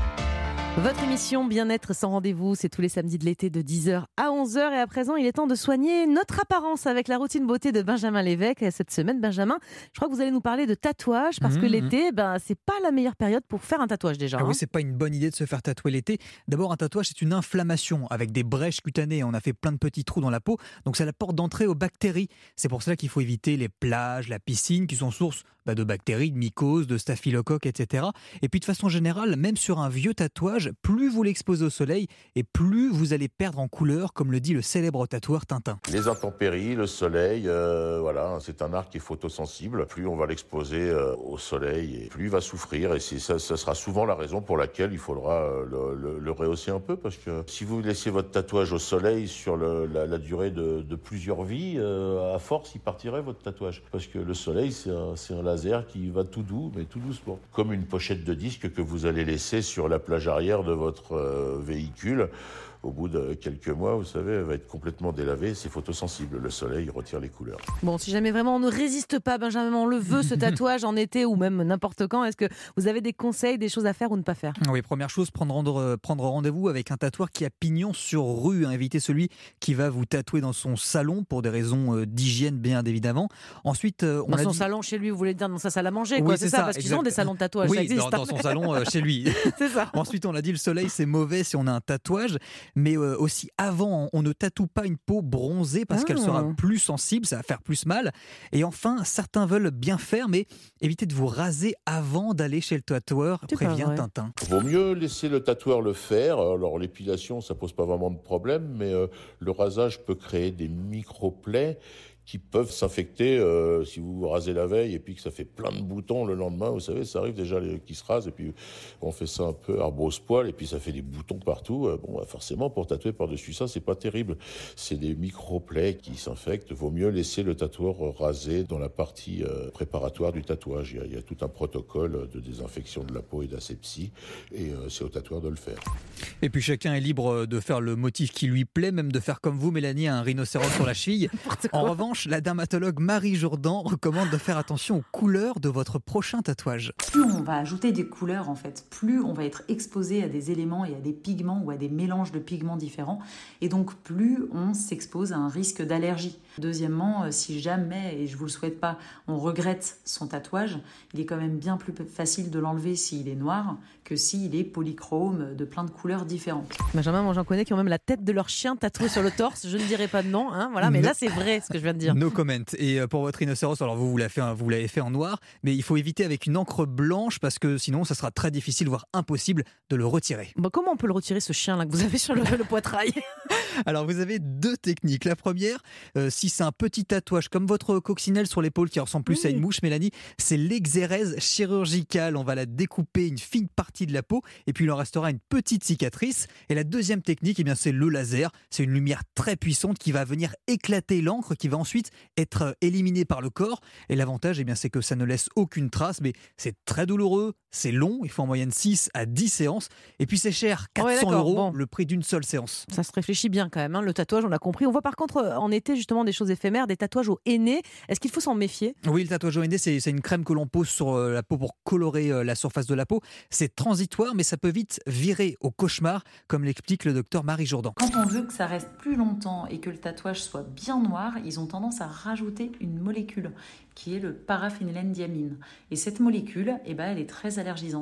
1. Votre émission Bien-être sans rendez-vous, c'est tous les samedis de l'été de 10h à 11h. Et à présent, il est temps de soigner notre apparence avec la routine beauté de Benjamin Lévesque. Et cette semaine, Benjamin, je crois que vous allez nous parler de tatouage parce que l'été, c'est pas la meilleure période pour faire un tatouage déjà. Oui, c'est pas une bonne idée de se faire tatouer l'été. D'abord, un tatouage, c'est une inflammation avec des brèches cutanées. On a fait plein de petits trous dans la peau, donc c'est la porte d'entrée aux bactéries. C'est pour cela qu'il faut éviter les plages, la piscine, qui sont source de bactéries, de mycoses, de staphylocoques, etc. Et puis de façon générale, même sur un vieux tatouage, plus vous l'exposez au soleil et plus vous allez perdre en couleur, comme le dit le célèbre tatoueur Tintin. Les intempéries, le soleil, voilà, c'est un art qui est photosensible. Plus on va l'exposer au soleil, et plus il va souffrir. Et ça sera souvent la raison pour laquelle il faudra le rehausser un peu, parce que si vous laissez votre tatouage au soleil sur la durée de plusieurs vies, à force, il partirait votre tatouage. Parce que le soleil, c'est un laser qui va tout doux, mais tout doucement. Comme une pochette de disque que vous allez laisser sur la plage arrière de votre véhicule. Au bout de quelques mois, vous savez, elle va être complètement délavée. C'est photosensible. Le soleil retire les couleurs. Bon, si jamais vraiment on ne résiste pas, Benjamin, on le veut, ce tatouage en été ou même n'importe quand, est-ce que vous avez des conseils, des choses à faire ou ne pas faire ? Oui, première chose, prendre rendez-vous avec un tatoueur qui a pignon sur rue. Évitez celui qui va vous tatouer dans son salon pour des raisons d'hygiène, bien évidemment. Ensuite, dans son salon chez lui, vous voulez dire dans sa salle à manger, quoi, c'est ça, parce qu'ils ont des salons de tatouage. Oui, ça existe. dans son salon chez lui. C'est ça. Ensuite, on a dit le soleil, c'est mauvais si on a un tatouage. Mais aussi, avant, on ne tatoue pas une peau bronzée parce qu'elle sera plus sensible, ça va faire plus mal. Et enfin, certains veulent bien faire, mais évitez de vous raser avant d'aller chez le tatoueur, prévient Tintin. Vaut mieux laisser le tatoueur le faire. Alors, l'épilation, ça pose pas vraiment de problème, mais le rasage peut créer des micro-plaies qui peuvent s'infecter si vous vous rasez la veille et puis que ça fait plein de boutons le lendemain. Vous savez, ça arrive déjà qui se rasent et puis on fait ça un peu arbose-poil et puis ça fait des boutons partout. Forcément, pour tatouer par-dessus ça, c'est pas terrible. C'est des micro-plaies qui s'infectent. Vaut mieux laisser le tatoueur raser dans la partie préparatoire du tatouage. Il y a tout un protocole de désinfection de la peau et d'asepsie et c'est au tatoueur de le faire. Et puis chacun est libre de faire le motif qui lui plaît, même de faire comme vous, Mélanie, un rhinocéros sur la cheville. En revanche, la dermatologue Marie Jourdan recommande de faire attention aux couleurs de votre prochain tatouage. Plus on va ajouter des couleurs, en fait, plus on va être exposé à des éléments et à des pigments ou à des mélanges de pigments différents. Et donc, plus on s'expose à un risque d'allergie. Deuxièmement, si jamais, et je ne vous le souhaite pas, on regrette son tatouage, il est quand même bien plus facile de l'enlever s'il est noir que s'il est polychrome de plein de couleurs différentes. Benjamin, moi j'en connais qui ont même la tête de leur chien tatouée sur le torse. Je ne dirai pas de nom, voilà, mais là c'est vrai ce que je viens de dire. No comment. Et pour votre rhinocéros, alors vous l'avez fait en noir, mais il faut éviter avec une encre blanche parce que sinon ça sera très difficile, voire impossible de le retirer. Bon, comment on peut le retirer, ce chien là que vous avez sur le poitrail ? Alors vous avez deux techniques. La première, si c'est un petit tatouage comme votre coccinelle sur l'épaule qui ressemble plus à une mouche, Mélanie, c'est l'exérèse chirurgicale. On va la découper une fine partie de la peau et puis il en restera une petite cicatrice. Et la deuxième technique, c'est le laser. C'est une lumière très puissante qui va venir éclater l'encre qui va ensuite être éliminée par le corps. Et l'avantage, c'est que ça ne laisse aucune trace, mais c'est très douloureux, c'est long, il faut en moyenne 6 à 10 séances. Et puis c'est cher, 400 €, le prix d'une seule séance. Ça se réfléchit bien quand même, le tatouage, on l'a compris. On voit par contre en été justement des choses éphémères, des tatouages au henné. Est-ce qu'il faut s'en méfier ? Oui, le tatouage au henné, c'est une crème que l'on pose sur la peau pour colorer la surface de la peau. C'est transitoire, mais ça peut vite virer au cauchemar, comme l'explique le docteur Marie Jours. Quand on veut que ça reste plus longtemps et que le tatouage soit bien noir, ils ont tendance à rajouter une molécule qui est le paraphénylenediamine. Et cette molécule, elle est très allergisante.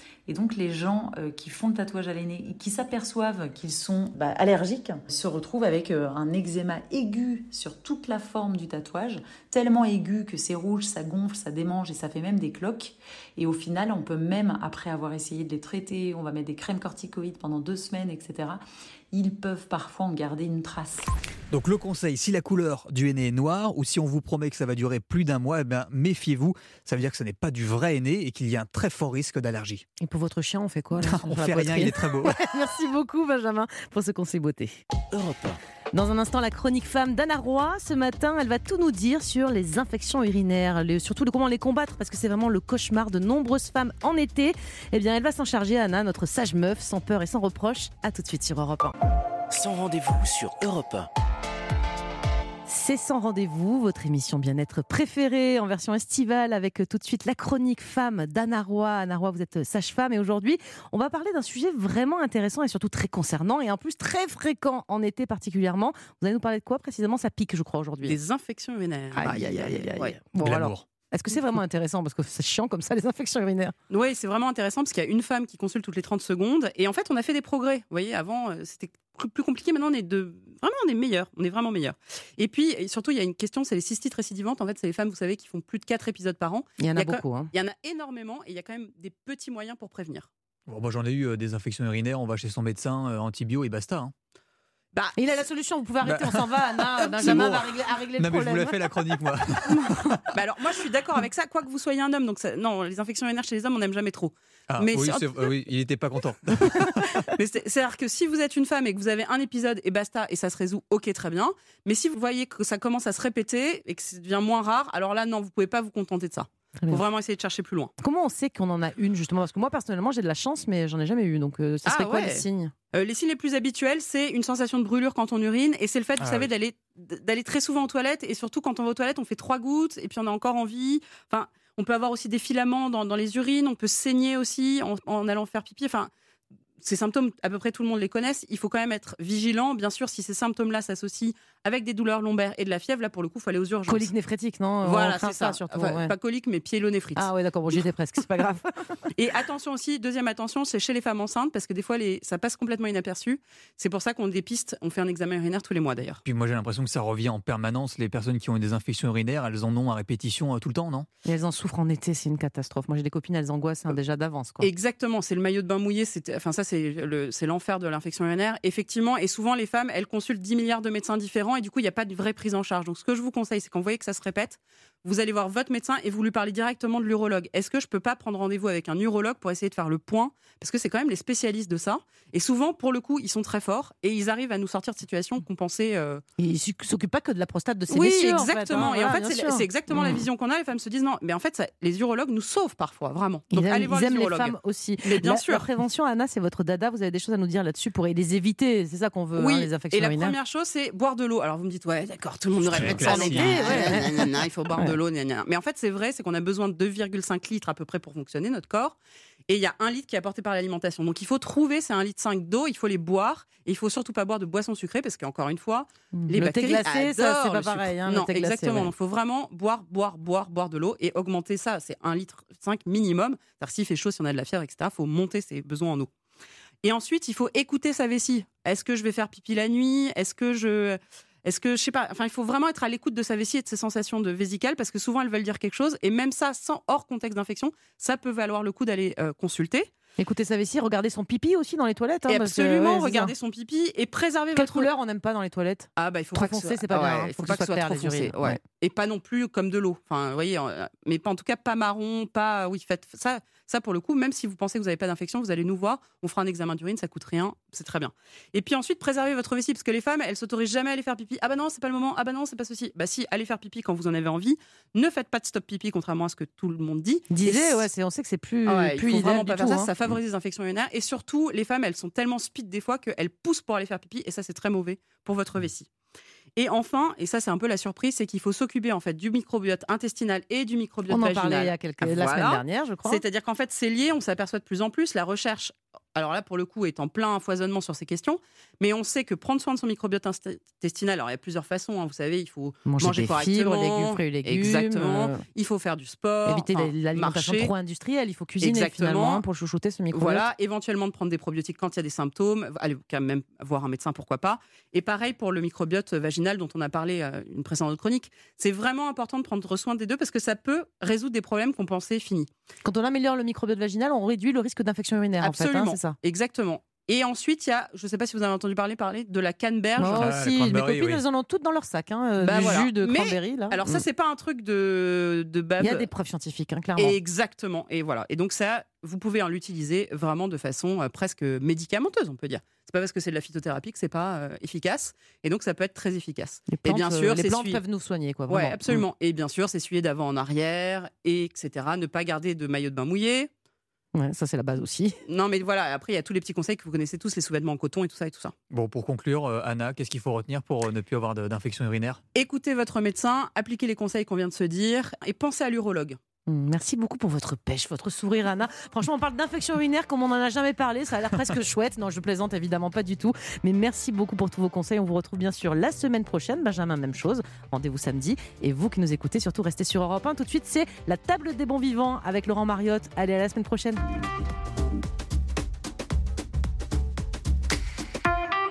Et donc les gens qui font le tatouage à l'aîné et qui s'aperçoivent qu'ils sont allergiques se retrouvent avec un eczéma aigu sur toute la forme du tatouage, tellement aigu que c'est rouge, ça gonfle, ça démange et ça fait même des cloques. Et au final, on peut même, après avoir essayé de les traiter, on va mettre des crèmes corticoïdes pendant 2 semaines, etc., ils peuvent parfois en garder une trace. Donc le conseil, si la couleur du henné est noire ou si on vous promet que ça va durer plus d'1 mois, méfiez-vous. Ça veut dire que ce n'est pas du vrai henné et qu'il y a un très fort risque d'allergie. Et pour votre chien, on fait quoi là, on fait rien, il est très beau. Merci beaucoup Benjamin pour ce conseil beauté. Europe 1. Dans un instant, la chronique femme d'Anna Roy. Ce matin, elle va tout nous dire sur les infections urinaires, surtout comment les combattre, parce que c'est vraiment le cauchemar de nombreuses femmes en été. Eh bien, elle va s'en charger, Anna, notre sage meuf, sans peur et sans reproche. À tout de suite sur Europe 1. Sans rendez-vous sur Europe 1. C'est Sans rendez-vous, votre émission bien-être préférée en version estivale avec tout de suite la chronique femme d'Anna Roy. Anna Roy, vous êtes sage-femme et aujourd'hui, on va parler d'un sujet vraiment intéressant et surtout très concernant et en plus très fréquent en été particulièrement. Vous allez nous parler de quoi précisément? Ça pique, je crois, aujourd'hui. Des infections urinaires. Aïe, aïe, aïe, aïe. Ouais. Bon, alors, est-ce que c'est vraiment intéressant? Parce que c'est chiant comme ça, les infections urinaires. Oui, c'est vraiment intéressant parce qu'il y a une femme qui consulte toutes les 30 secondes. Et en fait, on a fait des progrès. Vous voyez, avant, c'était plus compliqué. Maintenant, on est meilleurs. On est vraiment meilleurs. Et puis, surtout, il y a une question, c'est les cystites récidivantes. En fait, c'est les femmes, vous savez, qui font plus de 4 épisodes par an. Il y en a beaucoup. Il y en a énormément et il y a quand même des petits moyens pour prévenir. Bon, moi, j'en ai eu des infections urinaires. On va chez son médecin, antibio et basta. Hein. Il a la solution, vous pouvez arrêter, on s'en va, Anna. Benjamin va régler le problème. Non, mais je vous l'ai fait la chronique, moi. Alors, moi, je suis d'accord avec ça, quoi que vous soyez un homme. Donc, non, les infections urinaires chez les hommes, on n'aime jamais trop. Ah, mais oui, il n'était pas content. Mais c'est-à-dire que si vous êtes une femme et que vous avez un épisode et basta, et ça se résout, ok, très bien. Mais si vous voyez que ça commence à se répéter et que ça devient moins rare, alors là, non, vous ne pouvez pas vous contenter de ça. Il faut vraiment essayer de chercher plus loin. Comment on sait qu'on en a une, justement? Parce que moi, personnellement, j'ai de la chance, mais j'en ai jamais eu. Donc, ça serait quoi les signes? Les signes les plus habituels, c'est une sensation de brûlure quand on urine. Et c'est le fait, vous savez, d'aller très souvent aux toilettes. Et surtout, quand on va aux toilettes, on fait 3 gouttes et puis on a encore envie. Enfin, on peut avoir aussi des filaments dans les urines. On peut saigner aussi en allant faire pipi. Enfin, ces symptômes, à peu près tout le monde les connaisse. Il faut quand même être vigilant. Bien sûr, si ces symptômes-là s'associent avec des douleurs lombaires et de la fièvre, là, pour le coup, il faut aller aux urgences. Colique néphrétique, non? Voilà, c'est ça. Surtout, enfin, pas colique, mais pyélonéphrite. Ah ouais, d'accord, bon, j'y étais presque, c'est pas grave. Et attention aussi, deuxième attention, c'est chez les femmes enceintes, parce que des fois, ça passe complètement inaperçu. C'est pour ça qu'on dépiste, on fait un examen urinaire tous les mois d'ailleurs. Puis moi, j'ai l'impression que ça revient en permanence. Les personnes qui ont eu des infections urinaires, elles en ont à répétition tout le temps, non? Et elles en souffrent en été, c'est une catastrophe. Moi, j'ai des copines, elles angoissent déjà d'avance, quoi. Exactement, c'est le maillot de bain mouillé, ça c'est l'enfer de l'infection urinaire, effectivement. Et souvent, les femmes, elles consultent 10 milliards de médecins différents et du coup, il n'y a pas de vraie prise en charge. Donc, ce que je vous conseille, c'est quand vous voyez que ça se répète, vous allez voir votre médecin et vous lui parlez directement de l'urologue. Est-ce que je peux pas prendre rendez-vous avec un urologue pour essayer de faire le point? Parce que c'est quand même les spécialistes de ça. Et souvent, pour le coup, ils sont très forts et ils arrivent à nous sortir de situations qu'on pensait. Et ils s'occupent pas que de la prostate de ces oui, messieurs. Exactement. En fait, hein. Et en fait, c'est exactement la vision qu'on a. Les femmes se disent non, mais en fait, les urologues nous sauvent parfois, vraiment. Donc, allez voir les urologues. Les femmes aussi. Mais bien sûr. La prévention, Anna, c'est votre dada. Vous avez des choses à nous dire là-dessus pour les éviter. C'est ça qu'on veut, oui. Les infections urinaires. Et la première chose, c'est boire de l'eau. Alors vous me dites, ouais, d'accord, tout le monde répète ça en été. Il faut boire de l'eau. Mais en fait, c'est vrai, c'est qu'on a besoin de 2,5 litres à peu près pour fonctionner, notre corps. Et il y a 1 litre qui est apporté par l'alimentation. Donc il faut trouver ces 1,5 litre d'eau, il faut les boire. Et il faut surtout pas boire de boissons sucrées parce qu'encore une fois, les bactéries glacé, ça c'est pas pareil. Hein, non, exactement. Donc il faut vraiment boire de l'eau et augmenter ça. C'est 1,5 litre minimum. C'est-à-dire s'il fait chaud, si on a de la fièvre, etc., il faut monter ses besoins en eau. Et ensuite, il faut écouter sa vessie. Est-ce que je vais faire pipi la nuit? Est-ce que je sais pas. Enfin, il faut vraiment être à l'écoute de sa vessie et de ses sensations de vésicale parce que souvent elles veulent dire quelque chose et même ça, hors contexte d'infection, ça peut valoir le coup d'aller consulter. Écoutez sa vessie, regardez son pipi aussi dans les toilettes. Et absolument, regardez son pipi et préservez votre couleur. On n'aime pas dans les toilettes. Ah bah il faut trop pas que foncé, c'est pas bien. Il faut pas que ce soit trop foncé. Ouais. Et pas non plus comme de l'eau. Enfin, vous voyez, mais pas en tout cas pas marron, pas. Oui, faites ça. Ça pour le coup, même si vous pensez que vous n'avez pas d'infection, vous allez nous voir. On fera un examen d'urine, ça coûte rien, c'est très bien. Et puis ensuite, préservez votre vessie parce que les femmes, elles s'autorisent jamais à aller faire pipi. Ah bah non, c'est pas le moment. Ah bah non, c'est pas ceci. Bah si, allez faire pipi quand vous en avez envie. Ne faites pas de stop pipi, contrairement à ce que tout le monde dit. On sait que c'est plus. Il faut vraiment pas faire ça. Hein. Ça favorise les infections urinaires. Et surtout, les femmes, elles sont tellement speed des fois qu'elles poussent pour aller faire pipi. Et ça, c'est très mauvais pour votre vessie. Et enfin, et ça c'est un peu la surprise, c'est qu'il faut s'occuper en fait du microbiote intestinal et du microbiote vaginal. On en parlait la semaine dernière, je crois. C'est-à-dire qu'en fait c'est lié, on s'aperçoit de plus en plus, la recherche, alors là pour le coup est en plein foisonnement sur ces questions, Mais on sait que prendre soin de son microbiote intestinal, alors il y a plusieurs façons, hein, vous savez, il faut manger des correctement, fibres, légumes, fruits et légumes. Exactement. Il faut faire du sport. Éviter l'alimentation marcher. trop industrielle, il faut cuisiner Exactement. finalement pour chouchouter ce microbiote. Voilà, éventuellement de prendre des probiotiques quand il y a des symptômes, aller quand même voir un médecin, pourquoi pas. Et pareil pour le microbiote vaginal dont on a parlé une précédente chronique. C'est vraiment important de prendre soin des deux parce que ça peut résoudre des problèmes qu'on pensait finis. Quand on améliore le microbiote vaginal, on réduit le risque d'infection urinaire. Absolument, en fait, hein, c'est ça. Exactement. Et ensuite, il y a, je ne sais pas si vous avez entendu parler de la canneberge. Moi aussi, mes copines, elles en ont toutes dans leur sac, jus de cranberry. Là. Alors ça, c'est pas un truc de bab. Il y a des preuves scientifiques, clairement. Exactement. Et voilà. Et donc ça, vous pouvez l'utiliser vraiment de façon presque médicamenteuse, on peut dire. C'est pas parce que c'est de la phytothérapie que c'est pas efficace. Et donc ça peut être très efficace. Les plantes, bien sûr, les plantes peuvent nous soigner, quoi. Ouais, absolument. Et bien sûr, s'essuyer d'avant en arrière, etc. Ne pas garder de maillot de bain mouillé. Ouais, ça c'est la base aussi. Non mais voilà, après il y a tous les petits conseils que vous connaissez tous, les sous-vêtements en coton et tout ça. Bon, pour conclure, Anna, qu'est-ce qu'il faut retenir pour ne plus avoir d'infection urinaire ? Écoutez votre médecin, appliquez les conseils qu'on vient de se dire et pensez à l'urologue. Merci beaucoup pour votre pêche, votre sourire, Anna. Franchement, on parle d'infection urinaire comme on n'en a jamais parlé. Ça a l'air presque chouette. Non, je plaisante évidemment pas du tout. Mais merci beaucoup pour tous vos conseils. On vous retrouve bien sûr la semaine prochaine. Benjamin, même chose. Rendez-vous samedi. Et vous qui nous écoutez, surtout restez sur Europe 1. Tout de suite, c'est la table des bons vivants avec Laurent Mariotte. Allez, à la semaine prochaine.